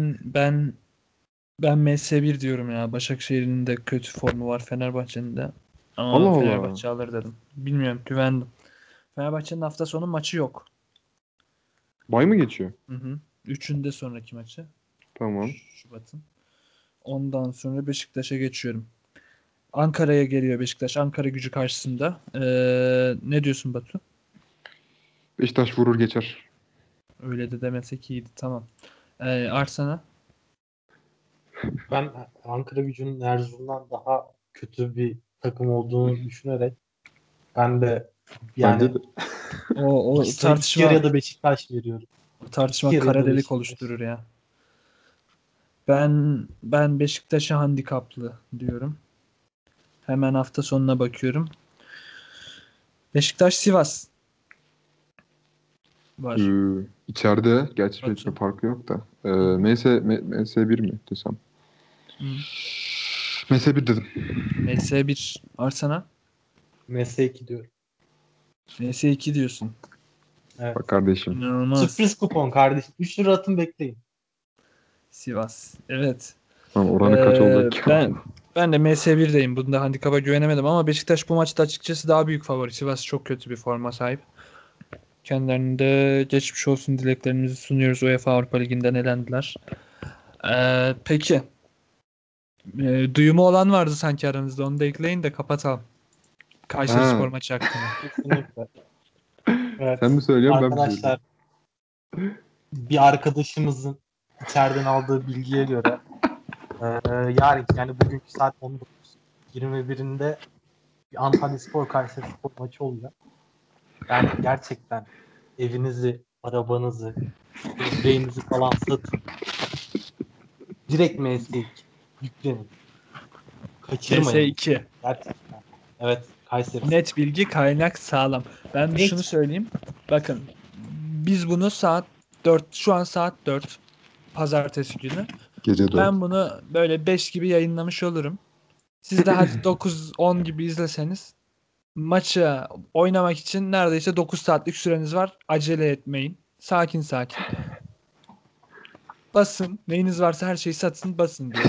ben MS1 diyorum ya. Başakşehir'in de kötü formu var. Fenerbahçe'nin de. Allah Ama Allah. Fenerbahçe alır dedim. Bilmiyorum. Güvendim. Fenerbahçe'nin hafta sonu maçı yok. Bay mı geçiyor? Hı hı. 3'ünde sonraki maçı. Tamam. Şubat'ın. Ondan sonra Beşiktaş'a geçiyorum. Ankara'ya geliyor Beşiktaş. Ankara Gücü karşısında. Ne diyorsun Batu? Beşiktaş vurur geçer. Öyle de demesek iyiydi. Tamam. Arsana? Ben Ankara Gücü'nün Erzurum'dan daha kötü bir takım olduğunu düşünerek ben de Bence yani de. O ilk yarı tartışma ya da Beşiktaş veriyorum. İlk tartışma yarı ya kara da delik Beşiktaş. oluşturur ya. Ben Beşiktaş'a handikaplı diyorum. Hemen hafta sonuna bakıyorum. Beşiktaş Sivas var. İçeride gerçi pek bir Batu. farkı yok da. Hı. MS1 mi desem? Hı. MS1 dedim. MS1 Arsana. MS2 diyorum. MS2 diyorsun. Evet. Bak kardeşim. İnanılmaz. Sürpriz kupon kardeşim. 3 lira atın bekleyin. Sivas. Evet. Lan oranı kaç olacak ki? Ben de MS1'deyim. Bunda handikapa güvenemedim ama Beşiktaş bu maçta açıkçası daha büyük favori. Sivas çok kötü bir forma sahip. Kendilerine geçmiş olsun dileklerimizi sunuyoruz. UEFA Avrupa Ligi'nden elendiler. Peki. Duyumu olan vardı sanki aranızda. Onu da ekleyin de kapatalım. Kayserispor Ha, maçı hakkında. Kesinlikle. sen mi Evet. söylüyorsun ben mi söyleyeyim? Arkadaşlar, bir arkadaşımızın içeriden aldığı bilgiye göre yarın yani bugünkü saat 19.21'inde bir Antalyaspor Kayserispor maçı olacak. Yani gerçekten evinizi, arabanızı, böbreğinizi falan satın. Direkt MS2 yüklenin. Kaçırmayın. PS2. Gerçekten. Evet, Kayseri. Net bilgi, kaynak sağlam. Ben Net. şunu söyleyeyim. Bakın biz bunu saat 4, şu an saat 4 pazartesi günü. Gece 4. Ben bunu böyle 5 gibi yayınlamış olurum. Siz de hadi 9-10 gibi izleseniz maçı oynamak için neredeyse 9 saatlik süreniz var. Acele etmeyin. Sakin sakin. Basın. Neyiniz varsa her şeyi satın basın diyor.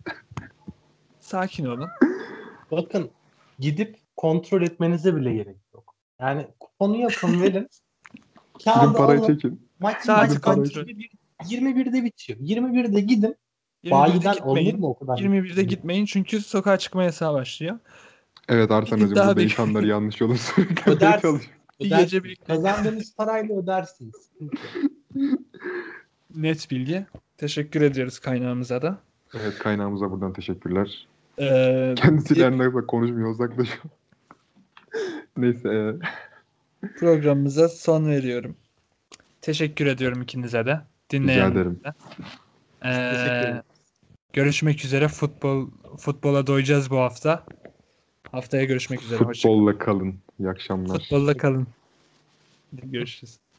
Sakin olun. Bakın, gidip kontrol etmenize bile gerek yok. Yani kuponu yapın, verin. Gidin Kağıdı parayı alın. çekin. Maç Sadece saat kontrol. 21'de bitiyor. 21'de gidin. 21'de Bayiden alınır gitmeyin. mı o kadar? 21'de gitmeyin çünkü sokağa çıkma yasağı başlıyor. Evet Arsenal'cığım daha burada bir- insanlar yanlış yolu söylemeye Ödersiniz. çalışıyor. Bir gece Ödersiniz. birlikte. Kazandığınız parayla ödersiniz. Sıkıntı yok. Net bilgi. Teşekkür ediyoruz kaynağımıza da. Evet kaynağımıza buradan teşekkürler. Ee, Kendisiyle her ne kadar konuşmuyor olsak da şu an. Neyse. programımıza son veriyorum. Teşekkür ediyorum ikinize de. Rica Dinleyenlere ederim. de. Teşekkür ederim. Görüşmek üzere. Futbola doyacağız bu hafta. Haftaya görüşmek üzere. Hoşça kalın. Futbolla kalın. İyi akşamlar. Futbolla kalın. Görüşürüz.